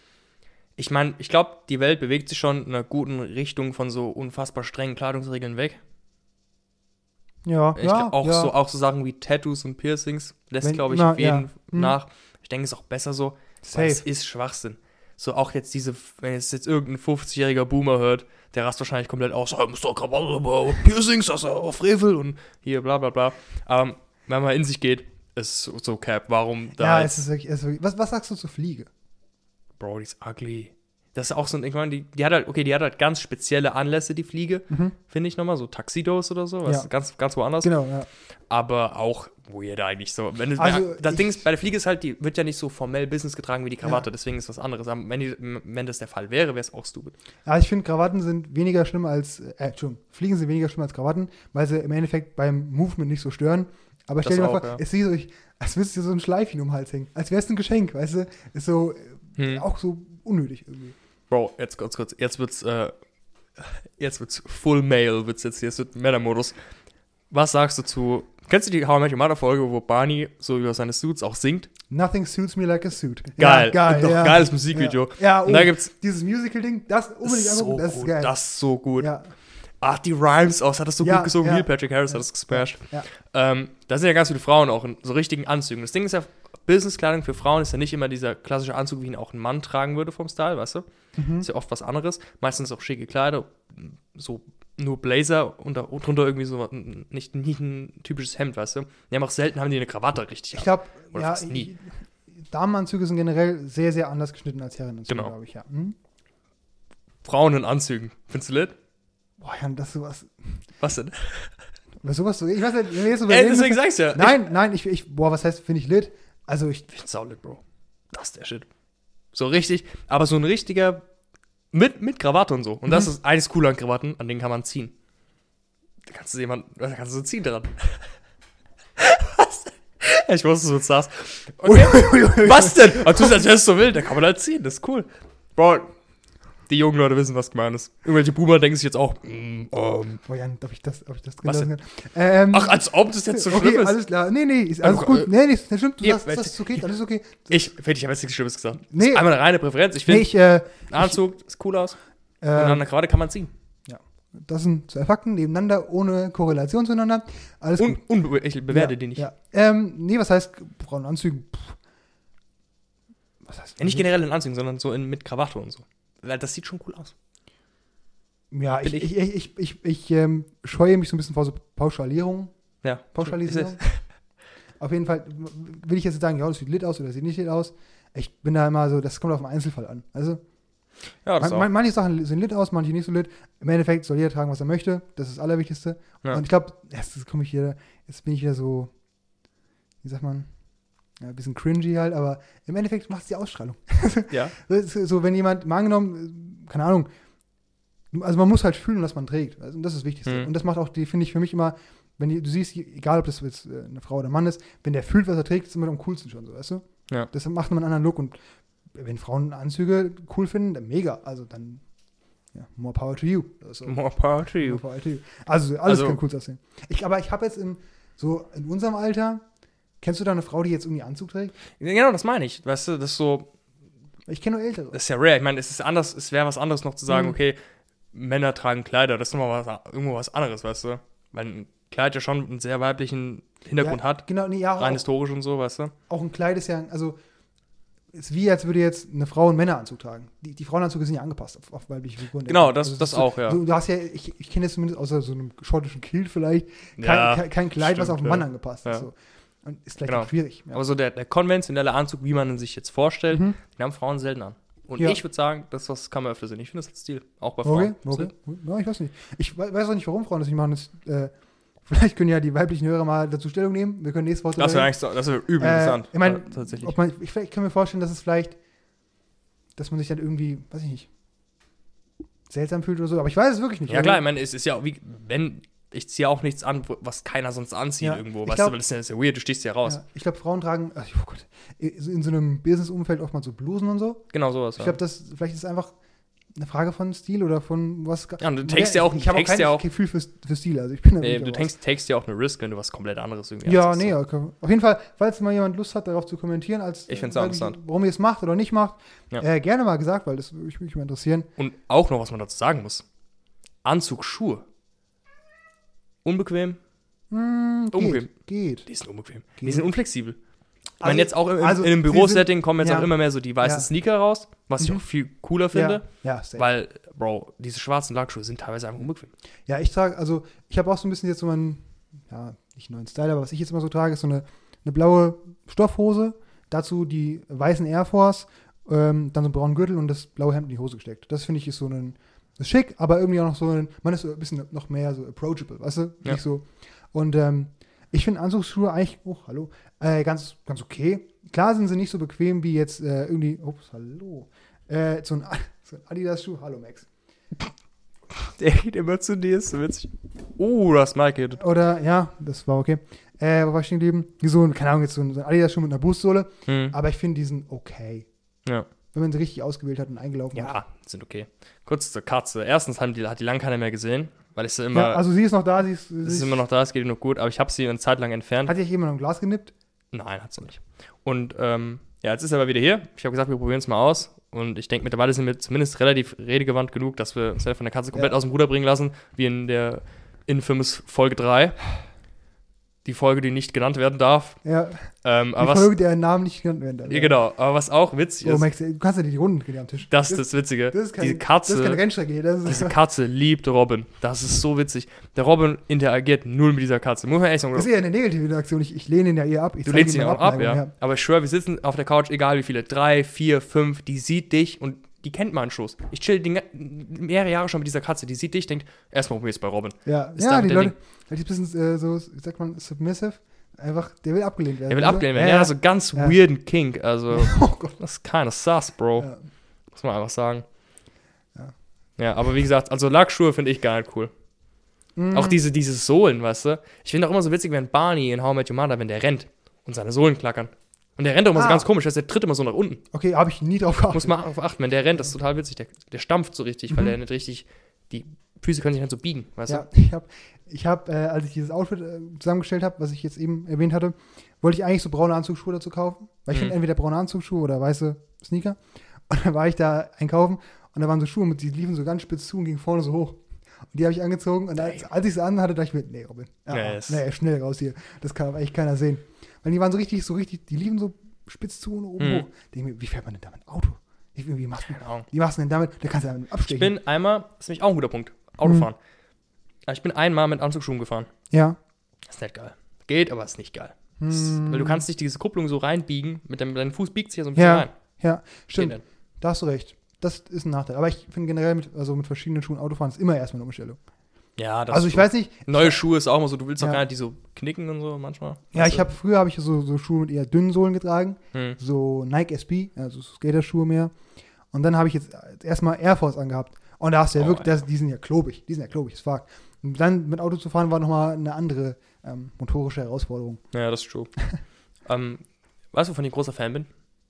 ich meine, ich glaube, die Welt bewegt sich schon in einer guten Richtung von so unfassbar strengen Kleidungsregeln weg. Ja, Ich ja, glaub, auch, ja. So, auch so Sachen wie Tattoos und Piercings lässt, Wenn glaube ich, immer, auf jeden ja. Hm. nach. Ich denke, es ist auch besser so. Safe. Weil es ist Schwachsinn. So auch jetzt diese, wenn jetzt, jetzt irgendein fünfzigjähriger Boomer hört, der rast wahrscheinlich komplett aus, oh, muss doch Krawatte, aber Piercings, das ist ja Frevel und hier bla bla bla. Aber wenn man in sich geht, ist so, so Cap, warum da Ja, jetzt, es ist wirklich, es ist wirklich was, was sagst du zur Fliege? Bro, die ist ugly. Das ist auch so ein, ich meine, die, die hat halt, okay, die hat halt ganz spezielle Anlässe, die Fliege, Mhm. finde ich nochmal, so Tuxedos oder so, was Ja. ganz, ganz woanders. Genau, ja. Aber auch weird eigentlich so. Wenn du, Also, das ich- Ding ist, bei der Fliege ist halt, die wird ja nicht so formell Business getragen wie die Krawatte, Ja. deswegen ist was anderes. Aber wenn, die, wenn das der Fall wäre, wäre es auch stupid. Also ich finde, Krawatten sind weniger schlimm als, äh, Entschuldigung, Fliegen sind weniger schlimm als Krawatten, weil sie im Endeffekt beim Movement nicht so stören. Aber Das stell dir mal auch, vor, ja. es sieht so, ich, als würdest du so ein Schleifchen um den Hals hängen. Als wäre es ein Geschenk, weißt du? Ist so, äh, Hm. auch so unnötig irgendwie. Bro, jetzt kurz, kurz, jetzt wird's, äh, jetzt wird's Full Male, wird's jetzt hier, es wird Männermodus. Was sagst du zu, kennst du die How I Met Your Mother Folge, wo Barney so über seine Suits auch singt? Nothing suits me like a suit. Geil, Ja, geil, und noch ja. geiles Musikvideo. Ja, ja, oh, Und da gibt's, dieses Musical-Ding, das unbedingt so angucken, das ist gut, geil. das ist so gut. Ja, Ach, die Rhymes aus, hat das so Ja, gut gesungen, ja. Neil Patrick Harris hat das gesmashed. ja. Ähm, da sind ja ganz viele Frauen auch in so richtigen Anzügen. Das Ding ist ja, Businesskleidung für Frauen ist ja nicht immer dieser klassische Anzug, wie ihn auch ein Mann tragen würde vom Style, weißt du? Mhm. Ist ja oft was anderes. Meistens auch schicke Kleider, so nur Blazer und, da, und drunter irgendwie so nicht, nicht ein typisches Hemd, weißt du? Die haben auch selten, haben die eine Krawatte richtig Ich ab. glaube, Oder ja, fast nie. Damenanzüge sind generell sehr, sehr anders geschnitten als Herrenanzüge, Genau. glaube ich, ja. Hm? Frauen in Anzügen. Findest du lit? Boah, Jan, das ist sowas, Was denn? was sowas so, ich weiß nicht, wenn wir jetzt so Ey, überlegen deswegen müssen- sagst du ja. Nein, nein, ich, ich, boah, was heißt, finde ich lit? Also ich, Ich find's saulit, Bro. Das ist der Shit. So richtig, aber so ein richtiger, mit, mit Krawatte und so. Und das Mhm. ist eines cooler an Krawatten, an denen kann man ziehen. Da kannst du jemand, da kannst du so ziehen dran. Was? Ich wusste, dass du das sagst. Okay. Was denn? Aber du als wärst so wild, da kann man halt ziehen, das ist cool. Bro, die jungen Leute wissen, was gemeint ist. Irgendwelche Boomer denken sich jetzt auch, mm, ähm. Boah, Jan, ob ich das, ob ich das drin Was lassen kann? Ähm, Ach, als ob das jetzt so okay, schlimm ist. alles klar. Nee, nee, ist alles Also, gut. äh, Nee, nee, ist nicht stimmt. Du ja, sagst, weil- das ist okay, alles okay. Ich finde, ich habe jetzt nichts Schlimmes gesagt. Das Nee. ist einmal eine reine Präferenz. Ich Nee, finde, ich, äh, Anzug ist cool aus. Und äh, an einer Krawatte kann man ziehen. das sind zwei Fakten nebeneinander, ohne Korrelation zueinander. Alles gut. Un, unbe ich bewerte ja, die nicht. Ja. Ähm, nee, was heißt braunen Anzügen? Pff. Was heißt Ja, nicht generell in Anzügen, sondern so in, mit Krawatte und so. Weil das sieht schon cool aus. Ja, ich, Bin ich, ich, ich, ich, ich ähm, scheue mich so ein bisschen vor so Pauschalierung. Ja. Pauschalisierung. Auf jeden Fall will ich jetzt nicht sagen, ja, das sieht lit aus oder das sieht nicht lit aus. Ich bin da immer so, das kommt auf den Einzelfall an. Also, Ja, das man, auch. man, manche Sachen sehen lit aus, manche nicht so lit. Im Endeffekt soll jeder tragen, was er möchte. Das ist das Allerwichtigste. Ja. Und ich glaube, jetzt komme ich wieder, jetzt bin ich wieder so, wie sagt man, ja, ein bisschen cringy halt, aber im Endeffekt macht es die Ausstrahlung. Ja. Das ist so, wenn jemand, mal angenommen, keine Ahnung, also man muss halt fühlen, was man trägt. Also, und das ist das Wichtigste. Mhm. Und das macht auch, die finde ich für mich immer, wenn die, du siehst, egal ob das jetzt äh, eine Frau oder ein Mann ist, wenn der fühlt, was er trägt, ist immer am coolsten schon so, weißt du? Ja. Das macht immer einen anderen Look. Und wenn Frauen Anzüge cool finden, dann mega. Also dann, ja, more power to you. Also, More power to you. more power to you. Also alles Also- kann cool aussehen. Ich, aber ich habe jetzt im, so in unserem Alter, kennst du da eine Frau, die jetzt irgendwie Anzug trägt? Genau, das meine ich. Weißt du, das ist so, Ich kenne nur ältere. das ist ja rare. Ich meine, es ist anders, es wäre was anderes noch zu sagen, Mhm. okay, Männer tragen Kleider, das ist nochmal was, irgendwo was anderes, weißt du? Weil ein Kleid ja schon einen sehr weiblichen Hintergrund ja, hat, Genau, nee, ja, rein auch, historisch und so, weißt du? auch ein Kleid ist ja, also ist wie, als würde jetzt eine Frau einen Männeranzug tragen. Die, die Frauenanzüge sind ja angepasst auf, auf weibliche Figuren. Genau, das- ist das so, auch, ja. So, du hast ja, ich, ich kenne jetzt zumindest außer so einem schottischen Kilt vielleicht, kein, Ja, kein, kein Kleid, was stimmt, auf den Mann ja. angepasst Ja. ist. So. Und ist vielleicht Genau. auch schwierig. Ja. Aber so der, der konventionelle Anzug, wie man ihn sich jetzt vorstellt, Mhm. den haben Frauen selten an. Und Ja. ich würde sagen, das was kann man öfter sehen. Ich finde das als Stil, auch bei Frauen. Okay, okay. Ja, ich weiß nicht. Ich we- weiß auch nicht, warum Frauen das nicht machen. Das, äh, vielleicht können ja die weiblichen Hörer mal dazu Stellung nehmen. Wir können nächste Woche Das drüber wäre reden. eigentlich so, das wäre übel Äh, interessant. ich mein, Ja, tatsächlich. Ob man, ich, ich kann mir vorstellen, dass es vielleicht, dass man sich dann irgendwie, weiß ich nicht, seltsam fühlt oder so. Aber ich weiß es wirklich nicht. Ja Also, klar, ich meine, es ist ja auch wie, wenn, ich ziehe auch nichts an, wo- was keiner sonst anzieht Ja, irgendwo, ich weißt glaub- du, weil das ist ja, das ist ja weird, du stehst ja raus. Ja, ich glaube, Frauen tragen, ach, oh Gott, in so einem Business-Umfeld oft mal so Blusen und so. Genau sowas, Ich ja. glaube, das vielleicht ist es einfach eine Frage von Stil oder von was. Ja, und du takest ja auch- ich habe auch takest kein ja auch- Gefühl für, für Stil. Also ich bin da Nee, wirklich du raus. tankst, takest ja auch eine Risk, wenn du was komplett anderes irgendwie Ja, anziehst, nee, so. okay. Auf jeden Fall, falls mal jemand Lust hat, darauf zu kommentieren, als Ich find's äh, auch weil- interessant. warum ihr es macht oder nicht macht, Ja. äh, gerne mal gesagt, weil das würde mich mal interessieren. Und auch noch, was man dazu sagen muss. Anzug, Schuhe. Unbequem, Hm, Unbequem. geht, geht. die sind unbequem. Die Geht. sind unflexibel. Ich Also- meine, jetzt auch im, also, in einem sie Bürosetting kommen jetzt ja. auch immer mehr so die weißen Ja. Sneaker raus, was ich Mhm. auch viel cooler finde, Ja, ja, safe. weil, Bro, diese schwarzen Lackschuhe sind teilweise einfach unbequem. Ja, ich trage, also ich habe auch so ein bisschen jetzt so einen, ja, nicht einen neuen Style, aber was ich jetzt immer so trage, ist so eine, eine blaue Stoffhose, dazu die weißen Air Force ähm, dann so einen braunen Gürtel und das blaue Hemd in die Hose gesteckt. Das finde ich ist so ein, ist schick, aber irgendwie auch noch so ein, man ist so ein bisschen noch mehr so approachable, weißt du? Ja. Nicht so. Und ähm, ich finde Anzugsschuhe eigentlich, oh, hallo, äh, ganz, ganz okay. Klar sind sie nicht so bequem wie jetzt äh, irgendwie, ups, hallo, äh, so ein, so ein Adidas-Schuh, hallo Max. Der geht immer zu dir, ist so witzig. Oh, du hast Mike gehittet. Oder, ja, das war okay. Äh, wo war ich stehen geblieben? Wie so ein, keine Ahnung, jetzt so ein, so ein Adidas-Schuh mit einer Boostsohle. Hm. Aber ich finde, die sind okay. Ja. Wenn man sie richtig ausgewählt hat und eingelaufen hat. Ja, sind okay. Kurz zur Katze. Erstens haben die, hat die lang keiner mehr gesehen, weil ich sie immer, Ja, also sie ist noch da, sie ist, sie sie ist immer noch da, es geht ihr noch gut, aber ich habe sie eine Zeit lang entfernt. Hat sich jemand im Glas genippt? Nein, hat sie nicht. Und ähm, ja, jetzt ist er aber wieder hier. Ich habe gesagt, wir probieren es mal aus. Und ich denke, mittlerweile sind wir zumindest relativ redegewandt genug, dass wir uns von der Katze komplett Ja. aus dem Ruder bringen lassen, wie in der Infamous Folge drei. Die Folge, die nicht genannt werden darf. Ja, Ähm, die aber was, Folge, der Namen nicht genannt werden darf. ja, genau, aber was auch witzig Oh, ist, Max, du kannst ja die Runden gehen am Tisch. das ist das Witzige. das ist kein, diese Das Katze, ist keine Rennstrecke hier. Das ist diese Katze liebt Robin. Das ist so witzig. Der Robin interagiert null mit dieser Katze. Muss man echt sagen. das ist eher eine negative Aktion. Ich, ich lehne ihn ja eher ab. Ich Du zeige lehnst ihm ihn meine auch ab, Abneigung, ja. Aber ich schwöre, wir sitzen auf der Couch, egal wie viele, drei, vier, fünf, die sieht dich und die kennt meinen Schuss. Ich chill die, mehrere Jahre schon mit dieser Katze, die sieht dich, denkt, erstmal probier es bei Robin. Ja, Ist ja da die der Leute, Ding. halt ein bisschen äh, so, wie sagt man, submissive. Einfach, der will abgelehnt werden. Er will also, abgelehnt werden. Ja, Ja, so ganz Ja. weirden Kink. Also, Oh Gott. das ist keine Sass, Bro. Ja. Muss man einfach sagen. Ja. Ja, aber wie gesagt, also Lackschuhe finde ich gar nicht cool. Mhm. Auch diese, diese Sohlen, weißt du? Ich finde auch immer so witzig, wenn Barney in How I Met Your Mother, wenn der rennt und seine Sohlen klackern. Und der rennt auch immer so Ah. ganz komisch, dass der tritt immer so nach unten. Okay, habe ich nie drauf geachtet. Muss man darauf achten, wenn der rennt, das ist total witzig. Der, der stampft so richtig, Mhm. weil der nicht richtig, die Füße können sich nicht so biegen, weißt Ja, ich habe, ich hab, äh, als ich dieses Outfit äh, zusammengestellt habe, was ich jetzt eben erwähnt hatte, wollte ich eigentlich so braune Anzugsschuhe dazu kaufen. Weil ich Mhm. finde entweder braune Anzugsschuhe oder weiße Sneaker. Und dann war ich da einkaufen und da waren so Schuhe, und die liefen so ganz spitz zu und gingen vorne so hoch. Und die habe ich angezogen und als, als ich sie anhatte, dachte ich mir, nee, Robin, ja, Nee, ist- nee, schnell raus hier. Das kann aber echt keiner sehen. Weil die waren so richtig, so richtig, die liefen so spitz zu und oben Mhm. hoch. Denke mir, wie fährt man denn damit Auto? Wie, wie, machst du, Keine Ahnung. wie machst du denn damit? Da kannst du damit Ich abstechen. bin einmal, das ist nämlich auch ein guter Punkt, Autofahren. Ich bin einmal mit Anzugsschuhen gefahren. ja. Das ist nicht geil. Geht, aber ist nicht geil. Das, Hm. Weil du kannst nicht diese Kupplung so reinbiegen, mit dem, dein Fuß biegt sich ja so ein bisschen Ja. rein. Ja, Geht stimmt. nicht. Da hast du recht. Das ist ein Nachteil. Aber ich finde generell mit, also mit verschiedenen Schuhen Autofahren ist immer erstmal eine Umstellung. Ja, das Also ist ich so. weiß nicht. Neue Schuhe ist auch immer so, du willst auch Ja. gar nicht die so knicken und so manchmal. Ja, Weißt ich du? habe früher habe ich so, so Schuhe mit eher dünnen Sohlen getragen, Hm. so Nike S B, also Skaterschuhe mehr. Und dann habe ich jetzt erstmal Air Force angehabt. Und da hast du ja Oh, wirklich, das, die sind ja klobig, die sind ja klobig, das fuck. Und dann mit Auto zu fahren war nochmal eine andere ähm, motorische Herausforderung. Ja, das ist true. ähm, weißt du, wovon ich ein großer Fan bin?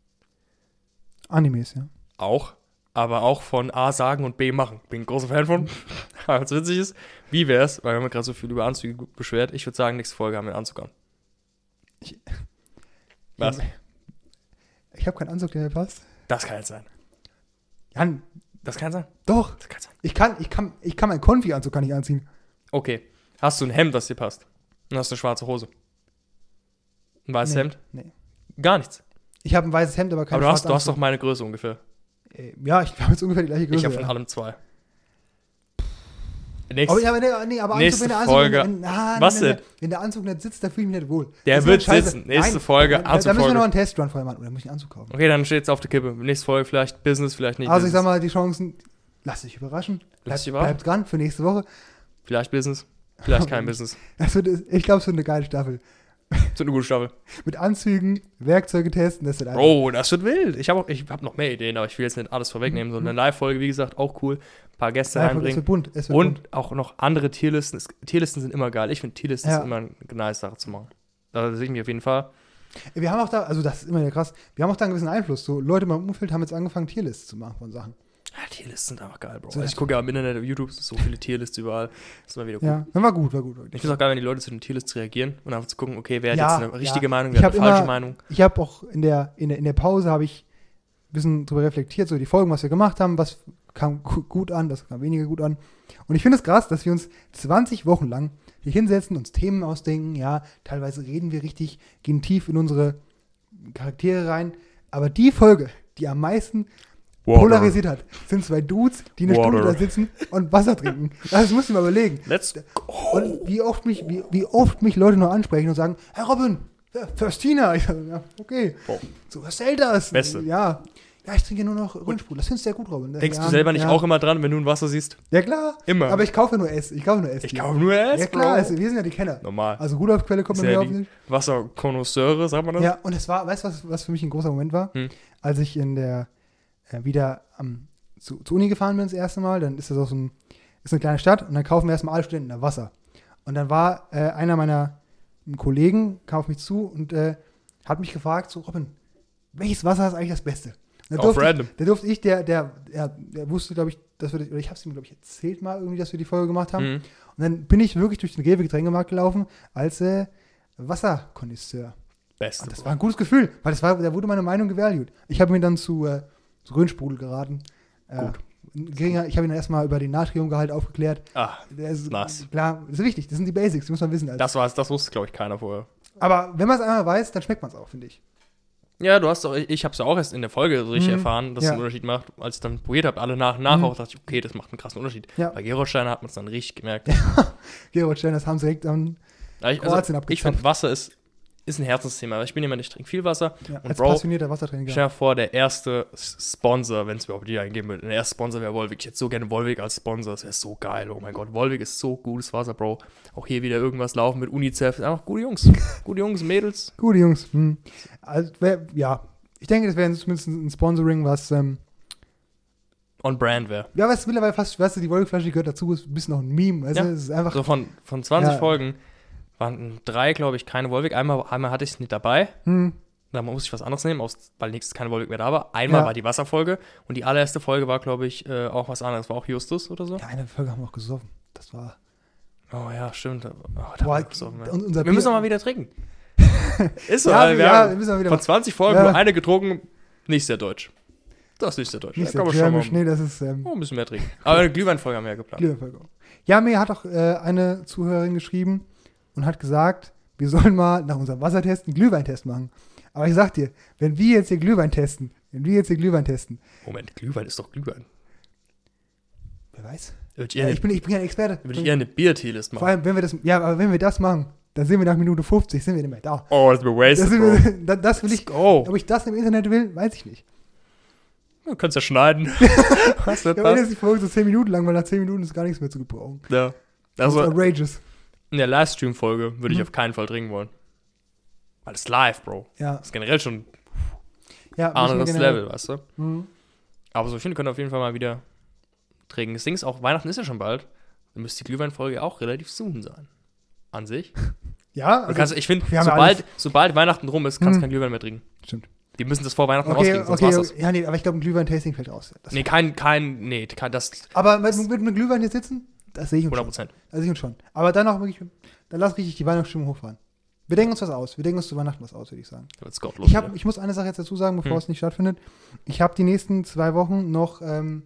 Animes, ja. Auch. Aber auch von A sagen und B machen. Bin ein großer Fan von. Was witzig ist, wie wär's, weil wir haben gerade so viel über Anzüge beschwert. Ich würde sagen, nächste Folge haben wir einen Anzug an. Ich- Was? Ich habe keinen Anzug, der mir passt. Das kann jetzt sein. Jan, Das kann sein. doch. Das kann sein. Ich kann, ich kann, ich kann meinen Konfi-Anzug kann ich anziehen. Okay. Hast du ein Hemd, das dir passt? Und hast du eine schwarze Hose? Ein weißes Nee, Hemd? nee. Gar nichts. Ich habe ein weißes Hemd, aber kein Aber du hast, schwarzen du hast doch Anzug. meine Größe ungefähr. Äh, Ja, ich habe jetzt ungefähr die gleiche Größe. Ich habe von ja. allem zwei. Aber, Nächste, ja, aber, nee, nee, aber Nächste Anzug, wenn der Anzug, Folge. Wenn, wenn, ah, Was wenn, denn? der- wenn der Anzug nicht sitzt, da fühle ich mich nicht wohl. Der Das ist wird scheiße. sitzen. Nächste Folge, da, da, da müssen wir Anzugfolge. noch einen Testrun vorher machen. Oder muss ich einen Anzug kaufen? Okay, dann steht es auf der Kippe. Nächste Folge vielleicht Business, vielleicht nicht Also ich Business. sag mal, die Chancen, lass dich überraschen. Lass dich Bleib- überraschen. Bleib dran für nächste Woche. Vielleicht Business, vielleicht kein Business. Das wird, ich glaube, es wird eine geile Staffel. Das wird eine gute Staffel. Mit Anzügen, Werkzeuge testen, das wird einfach. Bro, das wird wild. Ich habe hab noch mehr Ideen, aber ich will jetzt nicht alles vorwegnehmen. So eine Mhm. Live-Folge, wie gesagt, auch cool. Ein paar Gäste Einfach, es reinbringen. wird bunt. Es wird Und bunt. auch noch andere Tierlisten. Es- Tierlisten sind immer geil. Ich finde Tierlisten Ja. ist immer eine nice Sache zu machen. Da sehe ich mich auf jeden Fall. Wir haben auch da, also das ist immer wieder krass, wir haben auch da einen gewissen Einfluss. So Leute in meinem Umfeld haben jetzt angefangen, Tierlists zu machen von Sachen. Ja, Tierlisten sind einfach geil, Bro. So, Also ich gucke ja im Internet, auf YouTube, es sind so viele Tierlisten überall. Das ist immer wieder gut. Ja, dann war gut, war gut. War gut. Ich finde es auch geil, wenn die Leute zu den Tierlists reagieren und einfach zu gucken, okay, wer hat Ja, jetzt eine richtige ja. Meinung, Ich wer hat hab eine falsche immer- Meinung. Ich habe auch in der, in der, in der Pause habe ich ein bisschen drüber reflektiert, so die Folgen, was wir gemacht haben, was kam gu- gut an, was kam weniger gut an. Und ich finde es krass, dass wir uns zwanzig Wochen lang hier hinsetzen, uns Themen ausdenken, ja, teilweise reden wir richtig, gehen tief in unsere Charaktere rein. Aber die Folge, die am meisten polarisiert hat, sind zwei Dudes, die eine Water. Stunde da sitzen und Wasser trinken. Das musst du mal überlegen. Let's Und wie oft mich, wie, wie oft mich Leute noch ansprechen und sagen, Herr Robin, Firstina. Ich sage, ja, okay. Boah. So, was hält das? Beste. Ja. Ja, ich trinke nur noch Röhnsprudel. Das findest du ja gut, Robin. Denkst ja, du selber nicht ja. auch immer dran, wenn du ein Wasser siehst? Ja, klar. Immer. Aber ich kaufe nur S. Ich kaufe nur S. Ich kaufe nur S, Ja, klar. Bro. Also, wir sind ja die Kenner. Normal. Also Rudolf-Quelle kommt Ist bei mir ja auf die nicht. Wasserkonnoisseure, sagt man das? Ja, und es war, weißt du, was, was für mich ein großer Moment war? Hm. Als ich in der, äh, wieder am, zu, zur Uni gefahren bin das erste Mal, dann ist das auch so ein, ist eine kleine Stadt und dann kaufen wir erstmal alle Studenten da Wasser. Und dann war äh, einer meiner Kollegen, kam auf mich zu und äh, hat mich gefragt, so, Robin, welches Wasser ist eigentlich das Beste? Da Auf random. Ich, da durfte ich, der, der, der, der wusste, glaube ich, dass wir, oder ich habe es ihm, glaube ich, erzählt mal irgendwie, dass wir die Folge gemacht haben. Mhm. Und dann bin ich wirklich durch den Rewe-Getränkemarkt gelaufen als äh, Wasserkonnoisseur. Beste. Und das war ein gutes Gefühl, weil das war, da wurde meine Meinung gevalued. Ich habe mir dann zu, äh, zu Röhnsprudel geraten. Äh, geringer, ich habe ihn dann erstmal über den Natriumgehalt aufgeklärt. Ah, Der ist, nice. Klar, das ist wichtig, das sind die Basics, die muss man wissen. Alter. das war's, das wusste, glaube ich, keiner vorher. Aber wenn man es einmal weiß, dann schmeckt man es auch, finde ich. Ja, du hast doch, ich habe es ja auch erst in der Folge so richtig Mhm. erfahren, dass Ja. es einen Unterschied macht. Als ich dann probiert habe, alle nach und nach Mhm. auch, dachte ich, okay, das macht einen krassen Unterschied. Ja. Bei Gerolsteiner hat man es dann richtig gemerkt. Gerold Stein, das haben sie direkt am Ja, ich, Kroatien also, ich abgezapft. finde, Wasser ist, ist ein Herzensthema. Ich bin jemand, ich trinke viel Wasser. ja, Und als Bro, passionierter Wassertrinker. stell dir vor, der erste S- Sponsor, wenn es überhaupt die eingeben wird, der erste Sponsor wäre Volvic. Ich hätte so gerne Volvic als Sponsor, das wäre so geil. Oh mein Gott, Volvic ist so gutes Wasser, Bro. Auch hier wieder irgendwas laufen mit UNICEF. Einfach gute Jungs. Gute Jungs, Mädels. Gute Jungs. Hm. Also, wär, ja, ich denke, das wäre zumindest ein Sponsoring, was, ähm, On Brand wäre. ja, was mittlerweile fast, weißt du, die Wolkenflasche gehört dazu, ist ein bisschen noch ein Meme. Weißt Ja. du, es ist einfach, So von, von zwanzig Ja. Folgen waren drei, glaube ich, keine Volvic. Einmal, einmal hatte ich es nicht dabei. hm, Da musste ich was anderes nehmen, aus, weil nächstes keine Volvic mehr da war. Einmal Ja. war die Wasserfolge und die allererste Folge war, glaube ich, äh, auch was anderes. War auch Justus oder so. ja, eine Folge haben wir auch gesoffen. Das war, Oh ja, stimmt. Oh, da boah, haben wir gesoffen, ja. und unser Wir müssen Bier- noch mal wieder trinken. Ist so, ja, weil wir ja, haben wir müssen mal wieder von zwanzig Folgen Ja. nur eine getrunken. Nicht sehr deutsch. Das ist nicht sehr deutsch. nicht da kann so man schon Germisch, mal nee, das ist, ähm, oh, ein bisschen mehr trinken. Aber eine Glühweinfolge haben wir ja geplant. Glühweinfolge. Ja, mir hat auch äh, eine Zuhörerin geschrieben und hat gesagt, wir sollen mal nach unserem Wassertest einen Glühweintest machen. Aber ich sag dir, wenn wir jetzt hier Glühwein testen, wenn wir jetzt hier Glühwein testen, Moment, Glühwein ist doch Glühwein. wer weiß? Würde ich Ja, eher, ich bin, ich bin kein Experte. würde ich eher eine Bier-T-List Vor machen. allem, wenn wir das, ja, aber wenn wir das machen, dann sind wir nach Minute fünfzig, sind wir nicht mehr da. Oh, das ist mir Das, wasted, sind Bro. wir, das, das will Let's ich, go. ob ich das im Internet will, weiß ich nicht. Du kannst ja schneiden. Was wird Ja, wenn passt? jetzt die Folge so zehn Minuten lang, weil nach zehn Minuten ist gar nichts mehr zu gebrauchen. Ja. Das ist Also, outrageous. in der Livestream-Folge würde ich Mhm. auf keinen Fall trinken wollen. Weil das ist live, Bro. Ja, Das ist generell schon ja. ein anderes müssen wir generell- Level, weißt du? Mhm. Aber so, ich finde, wir können auf jeden Fall mal wieder trinken. Das Ding ist auch, Weihnachten ist ja schon bald. Dann müsste die Glühweinfolge auch relativ soon sein. An sich. Ja, Du also, kannst, ich finde, wir haben ja sobald, alles- sobald Weihnachten rum ist, kannst du Mhm. kein Glühwein mehr trinken. stimmt. Die müssen das vor Weihnachten Okay, rauskriegen, sonst okay, war's das. ja, nee, aber ich glaube, ein Glühwein-Tasting fällt raus. Das Nee, kein, kein, nee, kein, das aber mit, mit einem Glühwein hier sitzen, das sehe ich uns hundert schon. Prozent. Das sehe ich uns schon. Aber dann auch wirklich, dann lass richtig die Weihnachtsstimmung hochfahren. Wir denken uns was aus. Wir denken uns zu Weihnachten was aus, würde ich sagen. Jetzt Gott los. Ich, hab, wieder. ich muss eine Sache jetzt dazu sagen, bevor Hm. es nicht stattfindet. Ich habe die nächsten zwei Wochen noch ähm,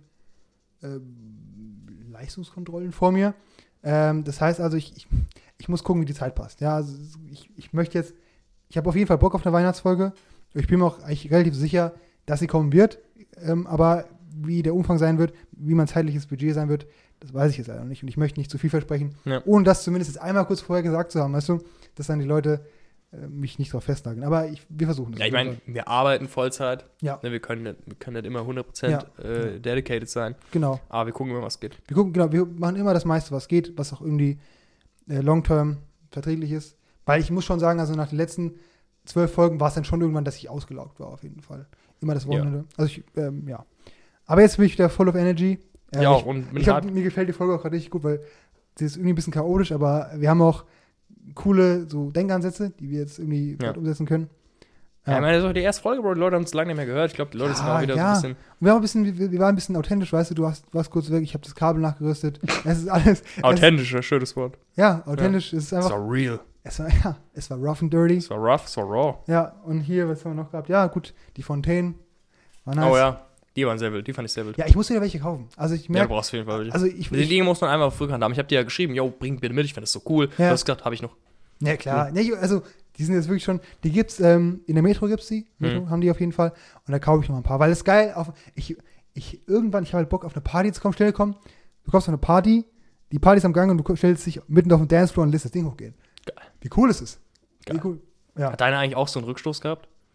ähm, Leistungskontrollen vor mir. Ähm, das heißt also, ich, ich, ich muss gucken, wie die Zeit passt. Ja, also ich, ich möchte jetzt, ich habe auf jeden Fall Bock auf eine Weihnachtsfolge. Ich bin mir auch eigentlich relativ sicher, dass sie kommen wird. Ähm, aber wie der Umfang sein wird, wie mein zeitliches Budget sein wird, das weiß ich jetzt leider noch nicht. Und ich möchte nicht zu viel versprechen, Ja. ohne das zumindest jetzt einmal kurz vorher gesagt zu haben, weißt du, dass dann die Leute äh, mich nicht drauf festnageln. Aber ich, wir versuchen das. Ja, ich auf jeden meine, Fall. wir arbeiten Vollzeit. Ja. Ne, wir, können, nicht- wir können nicht immer hundert Prozent Ja. äh, dedicated sein. Genau. Aber wir gucken immer, was geht. Wir gucken, genau, wir machen immer das meiste, was geht, was auch irgendwie äh, long-term verträglich ist. Weil ich muss schon sagen, also nach den letzten zwölf Folgen war es dann schon irgendwann, dass ich ausgelaugt war, auf jeden Fall. Immer das Wochenende. Also ich, ähm, ja. Aber jetzt bin ich wieder full of energy. Äh, ja, ich, und mit ich hab, Art- mir gefällt die Folge auch gerade richtig gut, weil sie ist irgendwie ein bisschen chaotisch, aber wir haben auch coole so Denkansätze, die wir jetzt irgendwie Ja. gerade umsetzen können. Ja, ich meine, das ist auch die erste Folge, Bro. Die Leute haben es lange nicht mehr gehört. Ich glaube, die Leute sind Ja, auch wieder ja. so ein bisschen. Und wir, haben ein bisschen, wir, wir waren ein bisschen authentisch, weißt du, du hast, warst kurz weg, ich habe das Kabel nachgerüstet. Es ist alles. Authentischer, schönes Wort. Es, ja, authentisch. Es ist Es einfach. war real. Es war, ja, es war rough and dirty. Es war rough, es war raw. Ja, und hier, was haben wir noch gehabt? Ja, gut, die Fontänen. War nice. Oh ja, die waren sehr wild. Die fand ich sehr wild. Ja, ich muss wieder welche kaufen. Also ich Ja, du merke, brauchst auf jeden Fall welche. also ich, Die ich Dinge muss man einmal auf Rückhand haben. Ich habe dir ja geschrieben, yo, bring bitte mit, ich finde das so cool. Ja. Du hast gesagt, habe ich noch. ja klar, nee, also die sind jetzt wirklich schon, die gibt's, ähm, in der Metro gibt's die, Metro Mhm. haben die auf jeden Fall und da kaufe ich noch mal ein paar, weil es geil, auf, ich, ich, irgendwann, ich habe halt Bock auf eine Party zu kommen, schnell kommen, du kommst auf eine Party, die Party ist am Gang und du stellst dich mitten auf den Dancefloor und lässt das Ding hochgehen. Geil. Wie cool ist es? Geil. Wie cool. Ja. Hat deine eigentlich auch so einen Rückstoß gehabt?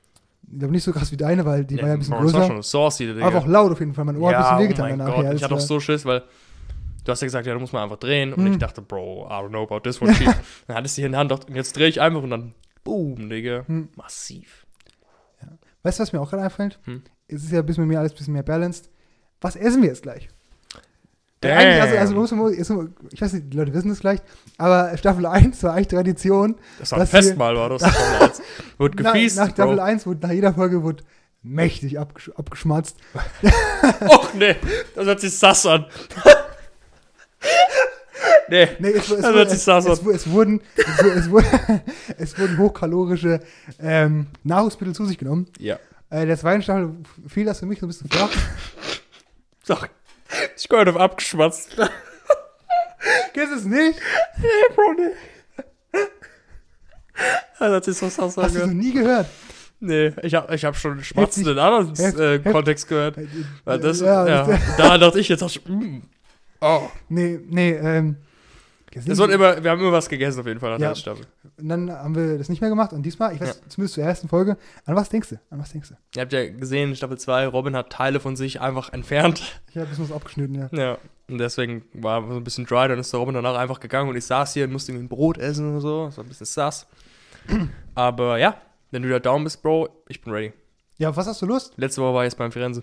Ich glaube nicht so krass wie deine, weil die Ja, war ja ein bisschen Bro, das war größer. schon saucy, Digga. Aber auch laut auf jeden Fall. Mein Ohr ja, hat ein bisschen wehgetan oh mein danach. Gott, Ja, ich das hatte auch war- so Schiss, weil du hast ja gesagt, ja, da muss man einfach drehen. Und Hm. ich dachte, Bro, I don't know about this one. Shit. Dann hattest du hier in der Hand, und jetzt drehe ich einfach und dann, boom, Digga. Hm. Massiv. Weißt du, was mir auch gerade einfällt? Hm. Es ist ja ein bisschen mit mir alles ein bisschen mehr balanced. Was essen wir jetzt gleich? Äh, Damn. Eigentlich, also, also muss man, ist, ich weiß nicht, die Leute wissen es vielleicht, aber Staffel eins war eigentlich Tradition. Das war ein dass wir- Festmahl, war das. Damals. Wurde Na, gefeast, nach Staffel Bro. eins wurde nach jeder Folge wurde mächtig abgesch abgeschmatzt. Och, nee, das hört sich sass an. nee. Nee, es, es, Das es, hört sich es, sass es, an. es, wurden, es, wu- es, wurden, es wurden hochkalorische ähm, Nahrungsmittel zu sich genommen. Ja. Äh, der zweiten Staffel fiel das für mich so ein bisschen flach. Sag, ich gehört auf abgeschmatzt. Kennst du es nicht? Nee, Bro, nee. Das hört sich so sass Hast du es noch an. nie gehört? Nee, ich hab, ich hab schon Schmatzen Heftig, in anderen heft- äh, heft- Kontext gehört. Äh, Weil das, ja, ja, das- da dachte ich jetzt auch schon, mm, oh. Nee, nee, ähm. jetzt Das nicht- wird immer, wir haben immer was gegessen auf jeden Fall nach Ja. der Staffel. Und dann haben wir das nicht mehr gemacht. Und diesmal, ich weiß zumindest zur ersten Folge, an was denkst du? An was denkst du? Ihr habt ja gesehen, in Staffel zwei, Robin hat Teile von sich einfach entfernt. Ich habe ein bisschen was abgeschnitten, ja. Ja, und deswegen war so ein bisschen dry, dann ist der Robin danach einfach gegangen und ich saß hier und musste irgendwie ein Brot essen und so. Das war ein bisschen sass. Aber ja, wenn du da down bist, Bro, ich bin ready. Ja, auf was hast du Lust? Letzte Woche war ich jetzt beim Firenze.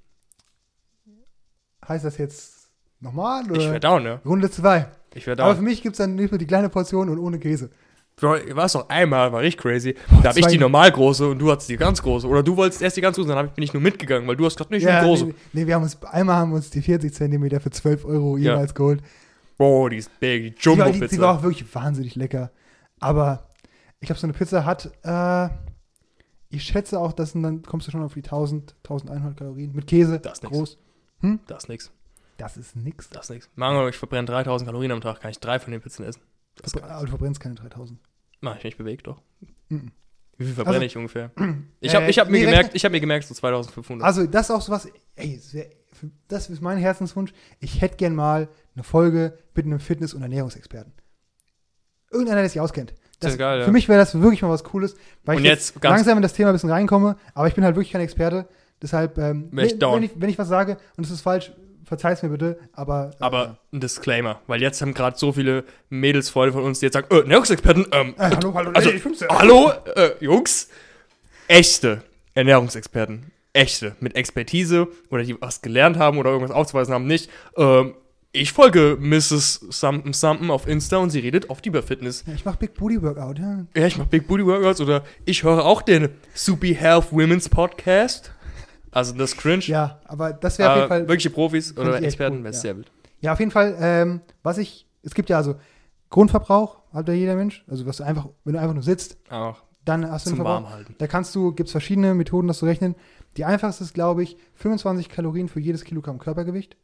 Heißt das jetzt nochmal? Ich Oder? wär down, ja. Runde zwei. Ich wär Aber für down. mich gibt es dann nicht nur die kleine Portion und ohne Käse. Bro, war es doch einmal, war richtig crazy. Da hab ich zwei- die normal große und du hattest die ganz große. Oder du wolltest erst die ganz große, dann hab ich, bin ich nur mitgegangen, weil du hast gerade nicht die große. nee, nee, wir haben uns, einmal haben wir uns die vierzig Zentimeter für zwölf Euro Ja. jeweils geholt. Bro, die ist big, die Die war, die, Jumbo-Pizza. die war auch wirklich wahnsinnig lecker. Aber ich glaube, so eine Pizza hat, äh, ich schätze auch, dass dann kommst du schon auf die tausend, tausendeinhundert Kalorien. Mit Käse, Das ist nix. groß. Das ist nix. Das ist nix. Das ist nix. Mango, ich verbrenne dreitausend Kalorien am Tag, kann ich drei von den Pizzen essen. Das ist Verbr- geil. Aber du verbrennst keine dreitausend. Mach ich mich bewegt doch. Mhm. Wie viel verbrenne Also- ich ungefähr? Ich habe Äh, ich hab mir nee, gemerkt, rechne- ich habe mir gemerkt so zweitausendfünfhundert. Also, das ist auch sowas, ey, das wär- für- das ist mein Herzenswunsch. Ich hätte gern mal eine Folge mit einem Fitness- und Ernährungsexperten. Irgendeiner, der sich auskennt. Das ist geil, ja. Für mich wäre das wirklich mal was Cooles, weil Und ich jetzt ganz- langsam in das Thema ein bisschen reinkomme, aber ich bin halt wirklich kein Experte. Deshalb, ähm, Wär ich wenn, down. wenn, ich, wenn ich was sage und es ist falsch, verzeih's mir bitte, aber. Äh, Aber ein Disclaimer, weil jetzt haben gerade so viele Mädelsfreunde von uns, die jetzt sagen, äh, Ernährungsexperten, ähm, Äh, hallo, hallo, also, nee, ich bin's ja. hallo, äh, Jungs, echte Ernährungsexperten, echte, mit Expertise oder die was gelernt haben oder irgendwas aufzuweisen haben, nicht, ähm, ich folge Misses Something Something auf Insta und sie redet oft über Fitness. Ja, ich mach Big Booty Workout, ja. Ja, ich mache Big Booty Workouts oder ich höre auch den Supi Health Women's Podcast. Also das ist cringe. Ja, aber das wäre auf jeden Aber Fall. wirkliche Profis find oder ich echt Experten cool, wäre ja. sehr wild. Ja, auf jeden Fall, ähm, was ich, es gibt ja also Grundverbrauch, hat ja jeder Mensch. Also was du einfach, wenn du einfach nur sitzt, Auch dann hast du einen zum Verbrauch. Warmhalten. Da kannst du, gibt es verschiedene Methoden, das zu rechnen. Die einfachste ist, glaube ich, fünfundzwanzig Kalorien für jedes Kilogramm Körpergewicht.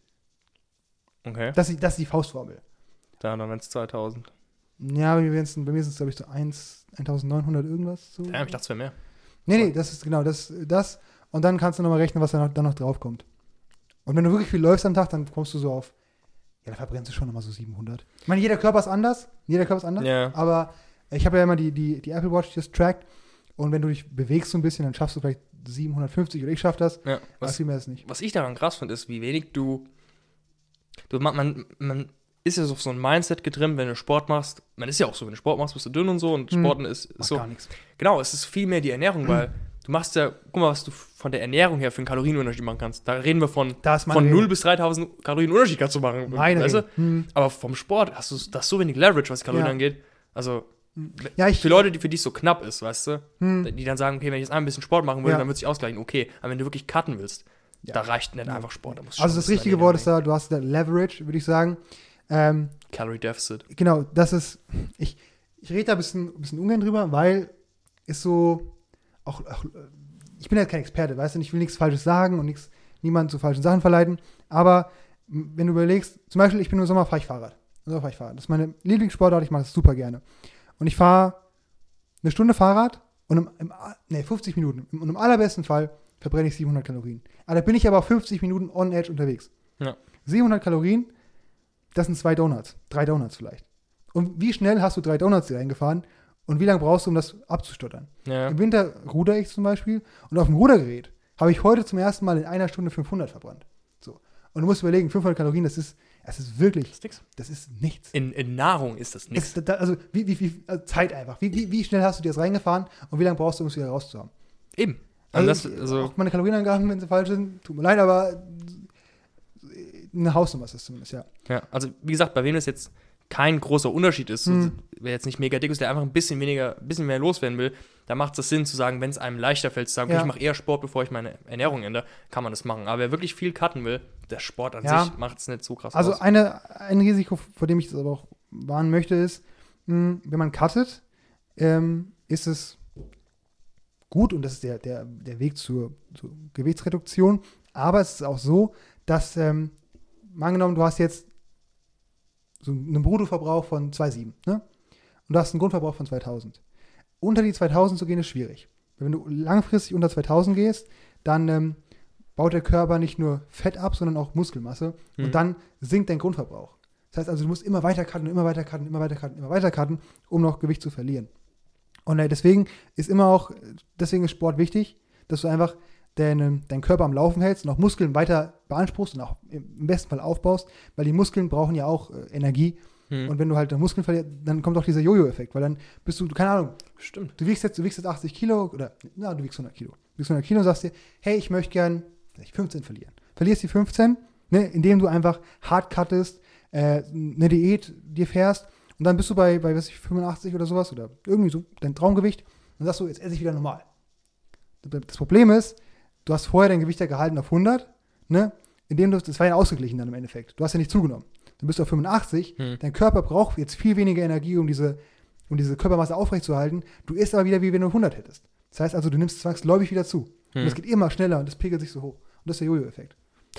Okay. Das ist, das ist die Faustformel. Da dann wären es zweitausend. Ja, bei mir, wär's- bei mir sind es, glaube ich, so eins, neunzehnhundert irgendwas. So. Ja, ich dachte, es wäre mehr. Nee, nee, das ist genau das. das. Und dann kannst du nochmal rechnen, was da noch, dann noch drauf kommt. Und wenn du wirklich viel läufst am Tag, dann kommst du so auf, ja, da verbrennst du schon nochmal so siebenhundert. Ich meine, jeder Körper ist anders. Jeder Körper ist anders. Ja. Aber ich habe ja immer die, die, die Apple Watch, die das trackt. Und wenn du dich bewegst so ein bisschen, dann schaffst du vielleicht siebenhundertfünfzig oder ich schaff das. Ja. Aber Was, viel mehr ist nicht. was ich daran krass finde, ist, wie wenig du. du man, man, man ist ja so auf so ein Mindset getrimmt, wenn du Sport machst. Man ist ja auch so, wenn du Sport machst, bist du dünn und so. Und Hm. Sporten ist, ist Macht so. gar nichts. Genau, es ist viel mehr die Ernährung, weil du machst ja, guck mal, was du von der Ernährung her für einen Kalorienunterschied machen kannst. Da reden wir von, Da ist meine von Rede. null bis dreitausend Kalorien Unterschied kannst du machen. Meine weißt Rede. du? Hm. Aber vom Sport hast du das so wenig Leverage, was die Kalorien Ja. angeht. Also Ja, ich. für Leute, die für die es so knapp ist, weißt du, Hm. die dann sagen, okay, wenn ich jetzt ein bisschen Sport machen will, Ja. dann wird sich ausgleichen, okay. Aber wenn du wirklich cutten willst, Ja. da reicht nicht einfach Sport. Da musst du Also schon das ein bisschen richtige Ernährung Wort ist da, du hast da Leverage, würde ich sagen. Ähm, nehmen. Calorie Deficit. genau, das ist, ich, ich rede da ein bisschen, ein bisschen ungern drüber, weil ist so, auch, auch, ich bin ja kein Experte, weißt du, ich will nichts Falsches sagen und nichts, niemanden zu falschen Sachen verleiten, aber m, wenn du überlegst, zum Beispiel, ich bin im Sommer, fahre ich Fahrrad. Im Sommer fahre ich Fahrrad. Das ist meine Lieblingssportart, ich mache das super gerne. Und ich fahre eine Stunde Fahrrad und im, im nee, fünfzig Minuten, und im allerbesten Fall verbrenne ich siebenhundert Kalorien. Aber da bin ich aber auch fünfzig Minuten on edge unterwegs. Ja. siebenhundert Kalorien, das sind zwei Donuts, drei Donuts vielleicht. Und wie schnell hast du drei Donuts hier reingefahren? und wie lange brauchst du, um das abzustottern. Ja. Im Winter ruder ich zum Beispiel und auf dem Rudergerät habe ich heute zum ersten Mal in einer Stunde fünfhundert verbrannt. So. Und du musst überlegen, fünfhundert Kalorien, das ist, das ist wirklich, Das ist nix. das ist nichts. In, in Nahrung ist das nichts. Es, da, also, wie, wie, wie, also Zeit einfach. Wie, wie, wie schnell hast du dir das reingefahren und wie lange brauchst du, um es wieder rauszuhaben? Eben. Also, das, ich, also auch meine Kalorienangaben, wenn sie falsch sind, tut mir leid, aber eine Hausnummer ist das zumindest, ja. Ja, also wie gesagt, bei wem das jetzt kein großer Unterschied ist, so, Hm. wer jetzt nicht mega dick ist, der einfach ein bisschen weniger, ein bisschen mehr loswerden will, da macht es Sinn zu sagen, wenn es einem leichter fällt, zu sagen, Ja. okay, ich mache eher Sport, bevor ich meine Ernährung ändere, kann man das machen. Aber wer wirklich viel cutten will, der Sport an Ja. sich macht es nicht so krass Also aus. eine, ein Risiko, vor dem ich das aber auch warnen möchte, ist, mh, wenn man cuttet, ähm, ist es gut und das ist der, der, der Weg zur, zur Gewichtsreduktion, aber es ist auch so, dass, ähm, mal angenommen, du hast jetzt so einen Bruttoverbrauch von zwei Komma sieben, ne? Und du hast einen Grundverbrauch von zweitausend. Unter die zweitausend zu gehen ist schwierig. Wenn du langfristig unter zweitausend gehst, dann ähm, baut der Körper nicht nur Fett ab, sondern auch Muskelmasse Mhm. und dann sinkt dein Grundverbrauch. Das heißt also, du musst immer weiter cutten, immer weiter cutten, immer weiter cutten, immer weiter cutten, um noch Gewicht zu verlieren. Und äh, deswegen ist immer auch, deswegen ist Sport wichtig, dass du einfach deinen, deinen Körper am Laufen hältst und auch Muskeln weiter beanspruchst und auch im besten Fall aufbaust, weil die Muskeln brauchen ja auch äh, Energie. Hm. Und wenn du halt Muskeln verlierst, dann kommt auch dieser Jojo-Effekt, weil dann bist du, keine Ahnung, Stimmt. du wiegst jetzt, du wiegst jetzt achtzig Kilo oder, na, du wiegst hundert Kilo. Du wiegst hundert Kilo und sagst dir, hey, ich möchte gern vielleicht fünfzehn verlieren. Verlierst die fünfzehn, ne, indem du einfach hart cuttest, äh, eine Diät dir fährst und dann bist du bei, bei weiß ich, fünfundachtzig oder sowas oder irgendwie so dein Traumgewicht und dann sagst du, jetzt esse ich wieder normal. Das Problem ist, du hast vorher dein Gewicht ja gehalten auf hundert, ne, indem du, das war ja ausgeglichen dann im Endeffekt. Du hast ja nicht zugenommen. Dann bist du auf fünfundachtzig, Hm. dein Körper braucht jetzt viel weniger Energie, um diese, um diese Körpermasse aufrechtzuerhalten. Du isst aber wieder, wie wenn du hundert hättest. Das heißt also, du nimmst zwangsläufig wieder zu. Hm. Und es geht immer schneller und das pegelt sich so hoch. Und das ist der Jojo-Effekt.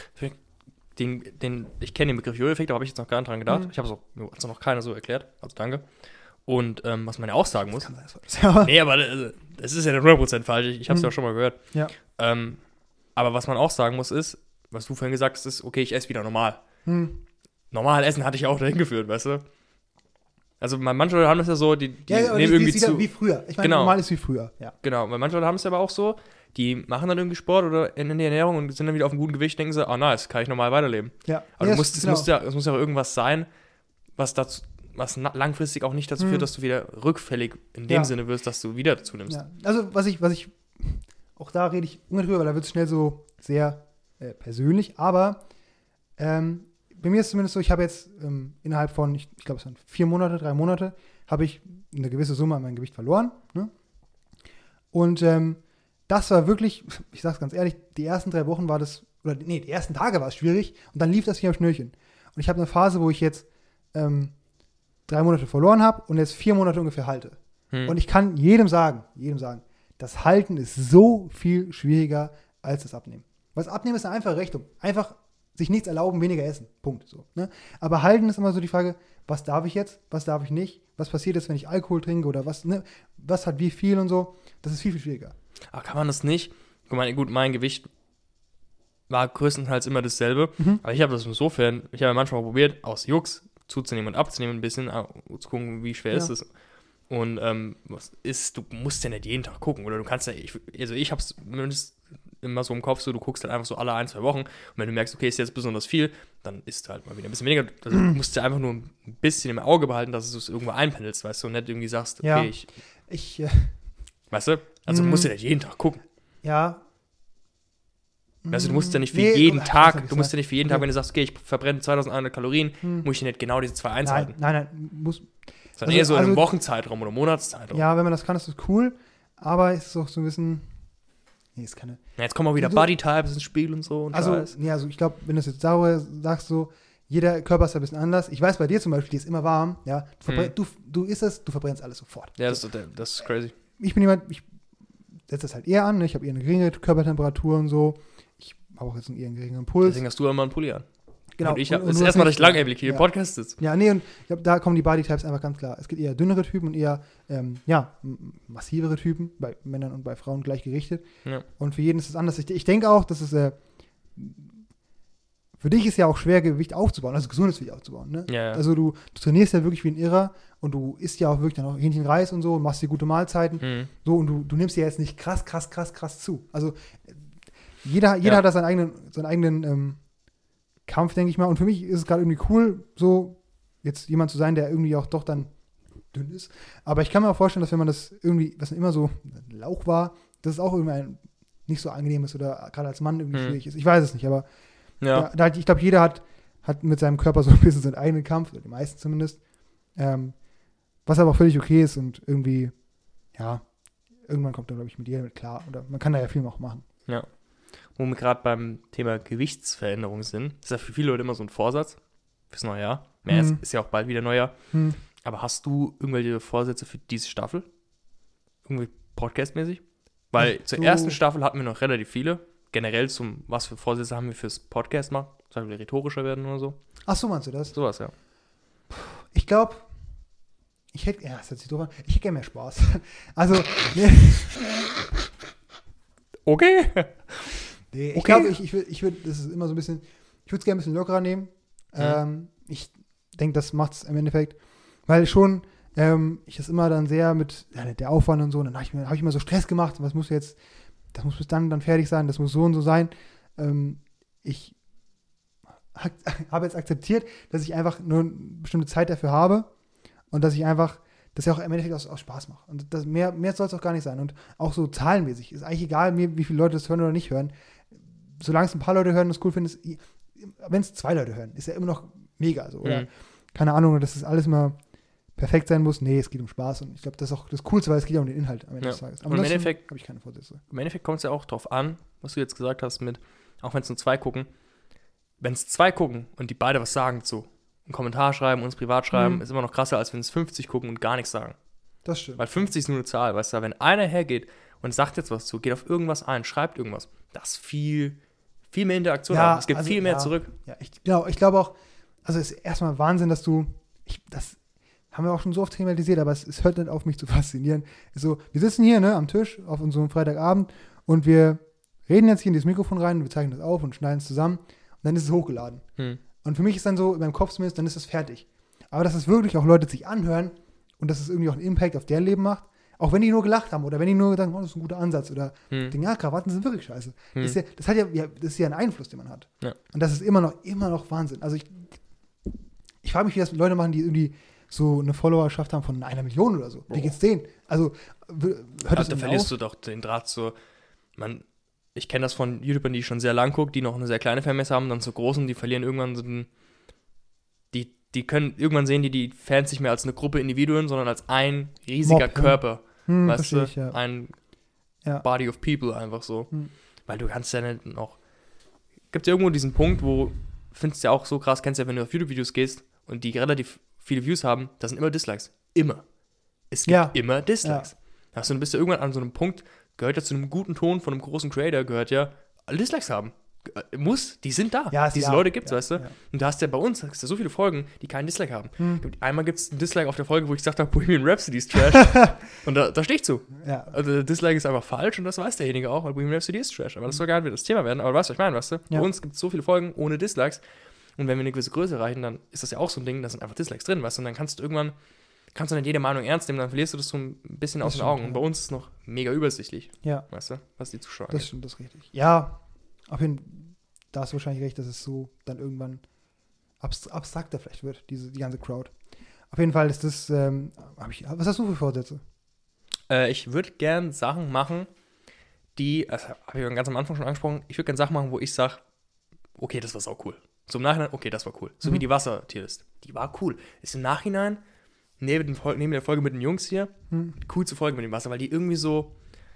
Den, den, ich kenne den Begriff Jojo-Effekt, da habe ich jetzt noch gar nicht dran gedacht. Mhm. Ich habe es auch also noch keiner so erklärt. Also danke. Und ähm, was man ja auch sagen muss. Kann sein, das war das. Ja. Nee, aber äh, das ist ja nicht hundert Prozent falsch. Ich, ich habe es Mhm. ja auch schon mal gehört. Ja. Ähm, aber was man auch sagen muss, ist, was du vorhin gesagt hast, ist, okay, ich esse wieder normal. Hm. Normal essen hatte ich auch dahin geführt, weißt du? Also manche Leute haben das ja so, die, die Ja, ja, aber nehmen die, irgendwie die ist wieder zu. wie früher. Ich meine, Genau. normal ist wie früher. Ja. Genau, weil manche Leute haben es aber auch so, die machen dann irgendwie Sport oder in, in die Ernährung und sind dann wieder auf einem guten Gewicht, denken sie, ah nice, kann ich normal weiterleben. Ja. Aber ja, du musst, es, genau. muss ja, es muss ja irgendwas sein, was dazu, was na- langfristig auch nicht dazu Mhm. führt, dass du wieder rückfällig in dem Ja. Sinne wirst, dass du wieder dazu nimmst. Ja. Also, was ich, was ich, auch da rede ich ungefähr drüber, weil da wird es schnell so sehr äh, persönlich, aber ähm, bei mir ist es zumindest so, ich habe jetzt ähm, innerhalb von, ich, ich glaube, es waren vier Monate, drei Monate, habe ich eine gewisse Summe an meinem Gewicht verloren. Ne? Und ähm, das war wirklich, ich sage es ganz ehrlich, die ersten drei Wochen war das, oder nee, die ersten Tage war es schwierig und dann lief das wie am Schnürchen. Und ich habe eine Phase, wo ich jetzt ähm, drei Monate verloren habe und jetzt vier Monate ungefähr halte. Hm. Und ich kann jedem sagen, jedem sagen, das Halten ist so viel schwieriger als das Abnehmen. Weil das Abnehmen ist eine einfache Rechnung. Einfach sich nichts erlauben, weniger essen. Punkt. So, ne? Aber Halten ist immer so die Frage, was darf ich jetzt, was darf ich nicht? Was passiert jetzt, wenn ich Alkohol trinke oder was, ne? Was hat wie viel und so? Das ist viel, viel schwieriger. Aber kann man das nicht? Guck mal, gut, mein Gewicht war größtenteils immer dasselbe. Mhm. Aber ich habe das insofern, ich habe ja manchmal probiert, aus Jux zuzunehmen und abzunehmen ein bisschen, uh, zu gucken, wie schwer Ja. ist es. Und ähm, was ist, du musst ja nicht jeden Tag gucken. Oder du kannst ja, ich, also ich habe es zumindest immer so im Kopf, so du guckst halt einfach so alle ein, zwei Wochen. Und wenn du merkst, okay, ist jetzt besonders viel, dann isst du halt mal wieder ein bisschen weniger. Also du musst ja einfach nur ein bisschen im Auge behalten, dass du es irgendwo einpendelst, weißt du, und nicht irgendwie sagst, okay, Ja. ich, Ich, äh, weißt du, also du Mhm. musst ja nicht jeden Tag gucken. ja. Weißt du, du musst ja nicht für Nee, jeden ich weiß, Tag, was ich du musst ja sag. nicht für jeden Tag, Okay. wenn du sagst, okay, ich verbrenne zweitausendeinhundert Kalorien, Hm. muss ich nicht genau diese zwei Nein, einhalten. nein, nein, muss, Sondern also- eher so in einem also- Wochenzeitraum oder Monatszeitraum. ja, wenn man das kann, ist das cool, aber es ist auch so ein bisschen, nee, ist keine, Ja, jetzt kommen auch wieder Du- Bodytypes ins Spiel und so und also, Scheiß. nee, also ich glaube, wenn du es jetzt darüber sagst, so, jeder Körper ist ein bisschen anders. Ich weiß, bei dir zum Beispiel, die ist immer warm, ja, du, verbrenn, Hm. du, du isst es, du verbrennst alles sofort. Ja, das, das ist crazy. Ich bin jemand, ich setze das halt eher an, ne? Ich habe eher eine geringere Körpertemperatur und so, ich habe auch jetzt einen eher einen geringeren Puls. Deswegen hast du immer einen Pulli an. Genau. Und ich Und- hab, und das ist du hast erstmal nicht- recht langweilig hier ja. im Podcast sitzt. Ja, nee, und ich glaube, da kommen die Bodytypes einfach ganz klar. Es gibt eher dünnere Typen und eher, ähm, ja, m- massivere Typen, bei Männern und bei Frauen gleich gerichtet. Ja. Und für jeden ist es anders. Ich, ich denke auch, dass es äh, für dich ist ja auch schwer, Gewicht aufzubauen, also gesundes Gewicht aufzubauen. Ne? Ja, ja. Also du, du trainierst ja wirklich wie ein Irrer und du isst ja auch wirklich dann auch Hähnchenreis und so und machst dir gute Mahlzeiten. Mhm. So, und du, du nimmst ja jetzt nicht krass, krass, krass, krass zu. Also jeder, jeder Ja. hat da seinen eigenen, seinen eigenen ähm, Kampf, denke ich mal. Und für mich ist es gerade irgendwie cool, so jetzt jemand zu sein, der irgendwie auch doch dann dünn ist. Aber ich kann mir auch vorstellen, dass wenn man das irgendwie, was immer so ein Lauch war, dass es auch irgendwie ein, nicht so angenehm ist oder gerade als Mann irgendwie Mhm. schwierig ist. Ich weiß es nicht, aber Ja. da, da, ich glaube, jeder hat, hat mit seinem Körper so ein bisschen seinen eigenen Kampf, oder die meisten zumindest. Ähm, was aber auch völlig okay ist und irgendwie, ja, irgendwann kommt da, glaube ich, mit jedem mit klar. Oder man kann da ja viel auch machen. Ja. Wo wir gerade beim Thema Gewichtsveränderung sind, ist ja für viele Leute immer so ein Vorsatz fürs neue Jahr. Ja, Mhm. es ist ja auch bald wieder Neujahr. Hm. Aber hast du irgendwelche Vorsätze für diese Staffel? Irgendwie podcastmäßig? Weil Ach zur so. ersten Staffel hatten wir noch relativ viele. Generell zum, was für Vorsätze haben wir fürs Podcast machen? Sollen wir rhetorischer werden oder so? Ach so, meinst du das? Sowas, ja. Ich glaube, ich hätte, ja, das hört sich doof an, ich hätte gerne mehr Spaß. Also, nee, Okay. nee, ich Okay. glaube, ich, ich würde, ich würd, das ist immer so ein bisschen, ich würde es gerne ein bisschen lockerer nehmen. Ähm, ich denke, das macht es im Endeffekt, weil schon ähm, ich das immer dann sehr mit ja, der Aufwand und so, und dann habe ich, mir- hab ich immer so Stress gemacht, was muss jetzt, das muss bis dann dann fertig sein, das muss so und so sein. Ähm, ich ha- habe jetzt akzeptiert, dass ich einfach nur eine bestimmte Zeit dafür habe und dass ich einfach, dass ich auch im Endeffekt aus, aus Spaß mache. Und das, mehr, mehr soll es auch gar nicht sein. Und auch so zahlenmäßig. Ist eigentlich egal, mir, wie viele Leute das hören oder nicht hören. Solange es ein paar Leute hören und es cool finden, wenn es zwei Leute hören, ist ja immer noch mega. So, oder Mhm. keine Ahnung, dass das alles mal perfekt sein muss. Nee, es geht um Spaß. Und ich glaube, das ist auch das Coolste, weil es geht ja um den Inhalt am Ende Ja. des Tages. Und im ansonsten Endeffekt- habe ich keine Vorsätze. Im Endeffekt kommt es ja auch drauf an, was du jetzt gesagt hast mit, auch wenn es nur zwei gucken, wenn es zwei gucken und die beide was sagen zu, einen Kommentar schreiben, uns privat schreiben, Mhm. ist immer noch krasser, als wenn es fünfzig gucken und gar nichts sagen. Das stimmt. Weil fünfzig ist nur eine Zahl, weißt du, wenn einer hergeht und sagt jetzt was zu, geht auf irgendwas ein, schreibt irgendwas, das ist viel, viel mehr Interaktion. Ja, haben. Es gibt also, viel mehr ja. zurück. Ja, ich, genau, ich glaube auch, also es ist erstmal Wahnsinn, dass du, ich, das haben wir auch schon so oft thematisiert, aber es, es hört nicht auf, mich zu faszinieren. So, wir sitzen hier, ne, am Tisch auf unserem Freitagabend und wir reden jetzt hier in dieses Mikrofon rein, wir zeichnen das auf und schneiden es zusammen und dann ist es hochgeladen. Hm. Und für mich ist dann so, in meinem Kopf zumindest, dann ist es fertig. Aber dass es wirklich auch Leute sich anhören und dass es irgendwie auch einen Impact auf deren Leben macht, auch wenn die nur gelacht haben oder wenn die nur sagen, oh, das ist ein guter Ansatz oder Hm. denken, ja, Krawatten sind wirklich scheiße. Hm. Das, ist ja, das hat ja, ja, das ist ja ein Einfluss, den man hat. Ja. Und das ist immer noch, immer noch Wahnsinn. Also ich, ich frage mich, wie das Leute machen, die irgendwie so eine Followerschaft haben von einer Million oder so. Wie Boah. geht's denen? Also w- hört das Also, da irgendwie verlierst auf? du doch den Draht so. Man, ich kenne das von YouTubern, die ich schon sehr lang gucke, die noch eine sehr kleine Fanbase haben, dann zu großen, die verlieren irgendwann so den, die, die können, irgendwann sehen die die Fans nicht mehr als eine Gruppe Individuen, sondern als ein riesiger Mob, ja. Körper. Hm, weißt verstehe du? ich, ja. Ein Ja. Body of People einfach so. Hm. Weil du kannst ja nicht noch. Gibt ja irgendwo diesen Punkt, wo, findest du ja auch so krass, kennst du ja, wenn du auf YouTube-Videos gehst und die relativ viele Views haben, da sind immer Dislikes. Immer. Es gibt Ja. immer Dislikes. Also, du bist ja irgendwann an so einem Punkt, gehört ja zu einem guten Ton von einem großen Creator, gehört ja, alle Dislikes haben. Äh, Muss, die sind da. Ja, es- Diese ja, Leute gibt's, ja, weißt du? ja. Und du hast ja bei uns, hast ja so viele Folgen, die keinen Dislike haben. Hm. Einmal gibt es einen Dislike auf der Folge, wo ich gesagt habe, Bohemian Rhapsody ist Trash. Und da, da stehe ich zu. Ja. Also der Dislike ist einfach falsch und das weiß derjenige auch, weil Bohemian Rhapsody ist Trash. Aber das soll gar nicht wieder das Thema werden. Aber du weißt, was ich meine, weißt du? Ja. Bei uns gibt es so viele Folgen ohne Dislikes. Und wenn wir eine gewisse Größe erreichen, dann ist das ja auch so ein Ding, da sind einfach Dislikes drin, weißt du? Und dann kannst du irgendwann, kannst du nicht jede Meinung ernst nehmen, dann verlierst du das so ein bisschen Das aus den stimmt, Augen. ja. Und bei uns ist es noch mega übersichtlich, Ja, weißt du? Was die Zuschauer das angeht. stimmt, das ist richtig. Ja, auf jeden Fall, da hast du wahrscheinlich recht, dass es so dann irgendwann abst- abstrakter vielleicht wird, diese, die ganze Crowd. Auf jeden Fall ist das, ähm, hab ich, was hast du für Vorsätze? Äh, ich würde gern Sachen machen, die, das habe ich ja ganz am Anfang schon angesprochen, ich würde gern Sachen machen, wo ich sage, okay, das war sau cool. So im Nachhinein, okay, das war cool. So Mhm. wie die Wassertierlist. Die war cool. Ist im Nachhinein, neben, den Fol- neben der Folge mit den Jungs hier, Hm. die coolste Folge mit dem Wasser, weil die irgendwie so,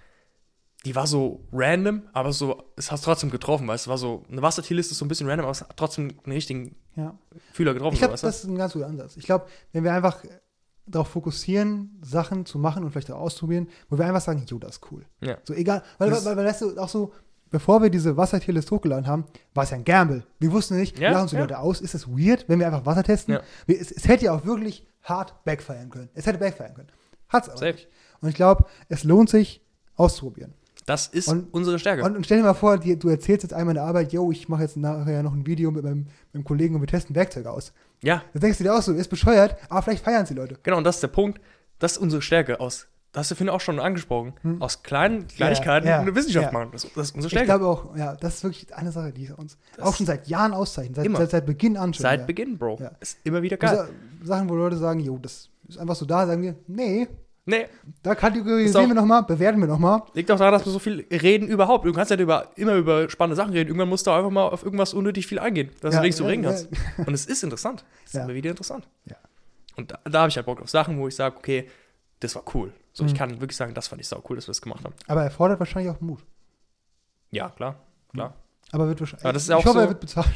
die war so random, aber so, es hat trotzdem getroffen, weißt du, war so, eine Wassertierlist ist so ein bisschen random, aber es hat trotzdem einen richtigen Ja. Fühler getroffen, Ich glaube, weißt du? das ist ein ganz guter Ansatz. Ich glaube, wenn wir einfach darauf fokussieren, Sachen zu machen und vielleicht auch auszuprobieren, wo wir einfach sagen, jo, das ist cool. Ja. So egal, weil, Das- weil, weil, weißt du, auch so, bevor wir diese Wassertierlist hochgeladen haben, war es ja ein Gamble. Wir wussten nicht, Ja, wir lachen so ja. Leute aus, ist das weird, wenn wir einfach Wasser testen? Ja. Wir, es, es hätte ja auch wirklich hart backfiren können. Es hätte backfiren können. Hat es aber Safe. nicht. Und ich glaube, es lohnt sich, auszuprobieren. Das ist Und- unsere Stärke. Und, und stell dir mal vor, die, du erzählst jetzt einmal in der Arbeit, yo, ich mache jetzt nachher noch ein Video mit meinem, mit meinem Kollegen und wir testen Werkzeuge aus. ja, Da denkst du dir auch so, ist bescheuert, aber vielleicht feiern es die Leute. genau, und das ist der Punkt. Das ist unsere Stärke. Aus, das hast du, finde ich, auch schon angesprochen. Aus kleinen Kleinigkeiten ja, eine Wissenschaft ja. machen. Das, das ist unsere Ich Stärke. glaube auch, ja, das ist wirklich eine Sache, die uns Das- auch schon seit Jahren auszeichnet. Seit, Immer. seit, seit Beginn an schon. Seit ja. Beginn, Bro. Ja. Ist immer wieder geil. Also, Sachen, wo Leute sagen, jo, das ist einfach so da, sagen wir, nee, Nee, da Ist auch- kategorisieren wir nochmal, bewerten wir nochmal. liegt auch daran, dass wir so viel reden überhaupt. Du kannst ja über, immer über spannende Sachen reden. Irgendwann musst du einfach mal auf irgendwas unnötig viel eingehen, dass Ja, du wenigstens so ja, reden ja. kannst. Und es ist interessant. Es ist Ja. immer wieder interessant. Ja. Und da, da habe ich halt Bock auf Sachen, wo ich sage, okay, das war cool. So, ich Mhm. kann wirklich sagen, das fand ich sau cool, dass wir das gemacht haben. Aber er fordert wahrscheinlich auch Mut. Ja, klar, klar. Aber wird wahrscheinlich. Aber das ist ich auch hoffe, so- er wird bezahlt.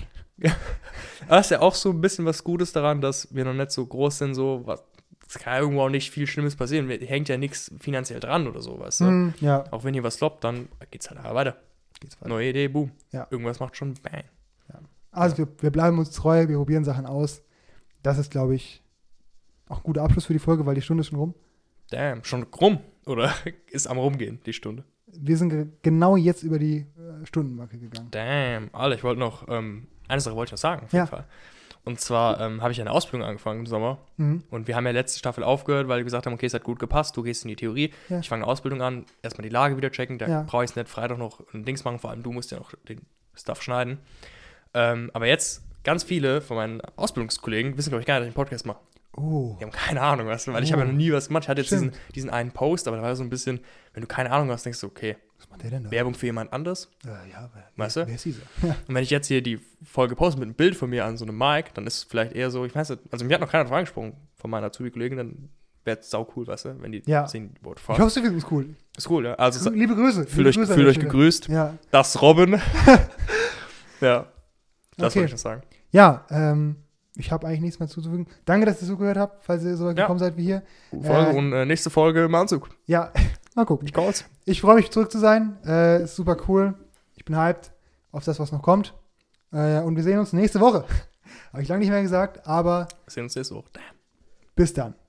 Aber es ist ja auch so ein bisschen was Gutes daran, dass wir noch nicht so groß sind, so, was, es kann ja irgendwo auch nicht viel Schlimmes passieren. Wir- Hängt ja nichts finanziell dran oder so, weißt du? Hm, ja, Auch wenn hier was floppt, dann geht's halt nachher weiter. geht's weiter. Neue Idee, boom. Ja. Irgendwas macht schon bang. Also wir, wir bleiben uns treu, wir probieren Sachen aus. Das ist, glaube ich, auch ein guter Abschluss für die Folge, weil die Stunde ist schon rum. Damn, schon rum. Oder ist am Rumgehen, die Stunde. Wir sind ge genau jetzt über die äh, Stundenmarke gegangen. Damn, Alter, ich wollte noch, ähm, eine Sache wollte ich noch sagen, auf jeden Ja. Fall. Und zwar ähm, habe ich eine Ausbildung angefangen im Sommer. Mhm. Und wir haben ja letzte Staffel aufgehört, weil wir gesagt haben, okay, es hat gut gepasst, du gehst in die Theorie. Ja. Ich fange eine Ausbildung an, erstmal die Lage wieder checken, da Ja. brauche ich es nicht Freitag noch ein Dings machen, vor allem du musst ja noch den Stuff schneiden. Ähm, aber jetzt, ganz viele von meinen Ausbildungskollegen wissen, glaube ich, gar nicht, dass ich einen Podcast mache. Oh. Die haben keine Ahnung, weißt du, weil ich Oh. habe ja noch nie was gemacht. Ich hatte jetzt diesen, Stimmt. diesen einen Post, aber da war so ein bisschen, wenn du keine Ahnung hast, denkst du, okay, Was macht der denn da? Werbung für jemand anderes. Äh, ja, wer, Weißt wer, du? wer ist dieser? Ja. Und wenn ich jetzt hier die Folge poste mit einem Bild von mir an so einem Mic, dann ist es vielleicht eher so, ich weiß nicht, also mir hat noch keiner drauf angesprochen von meiner Azubi-Kollegin, dann wäre es sau cool, weißt du, wenn die Ja. sehen, die Wort Ich fahren. hoffe, sie finden es cool. Ist cool, ja. Also Liebe Grüße. fühlt liebe euch, Grüße an fühlt der euch Stelle. gegrüßt. Ja, Das Robin. Ja, das Okay. wollte ich noch sagen. ja ähm, ich habe eigentlich nichts mehr zuzufügen. Danke, dass ihr zugehört habt, falls ihr so weit Ja. gekommen seid wie hier. Gute Folge Äh, und äh, nächste Folge im Anzug. Ja, mal gucken. Ich call's. Ich freue mich, zurück zu sein. Äh, ist super cool. Ich bin hyped auf das, was noch kommt. Äh, und wir sehen uns nächste Woche. Habe ich lange nicht mehr gesagt, aber Wir sehen uns nächste Woche. Damn. bis dann.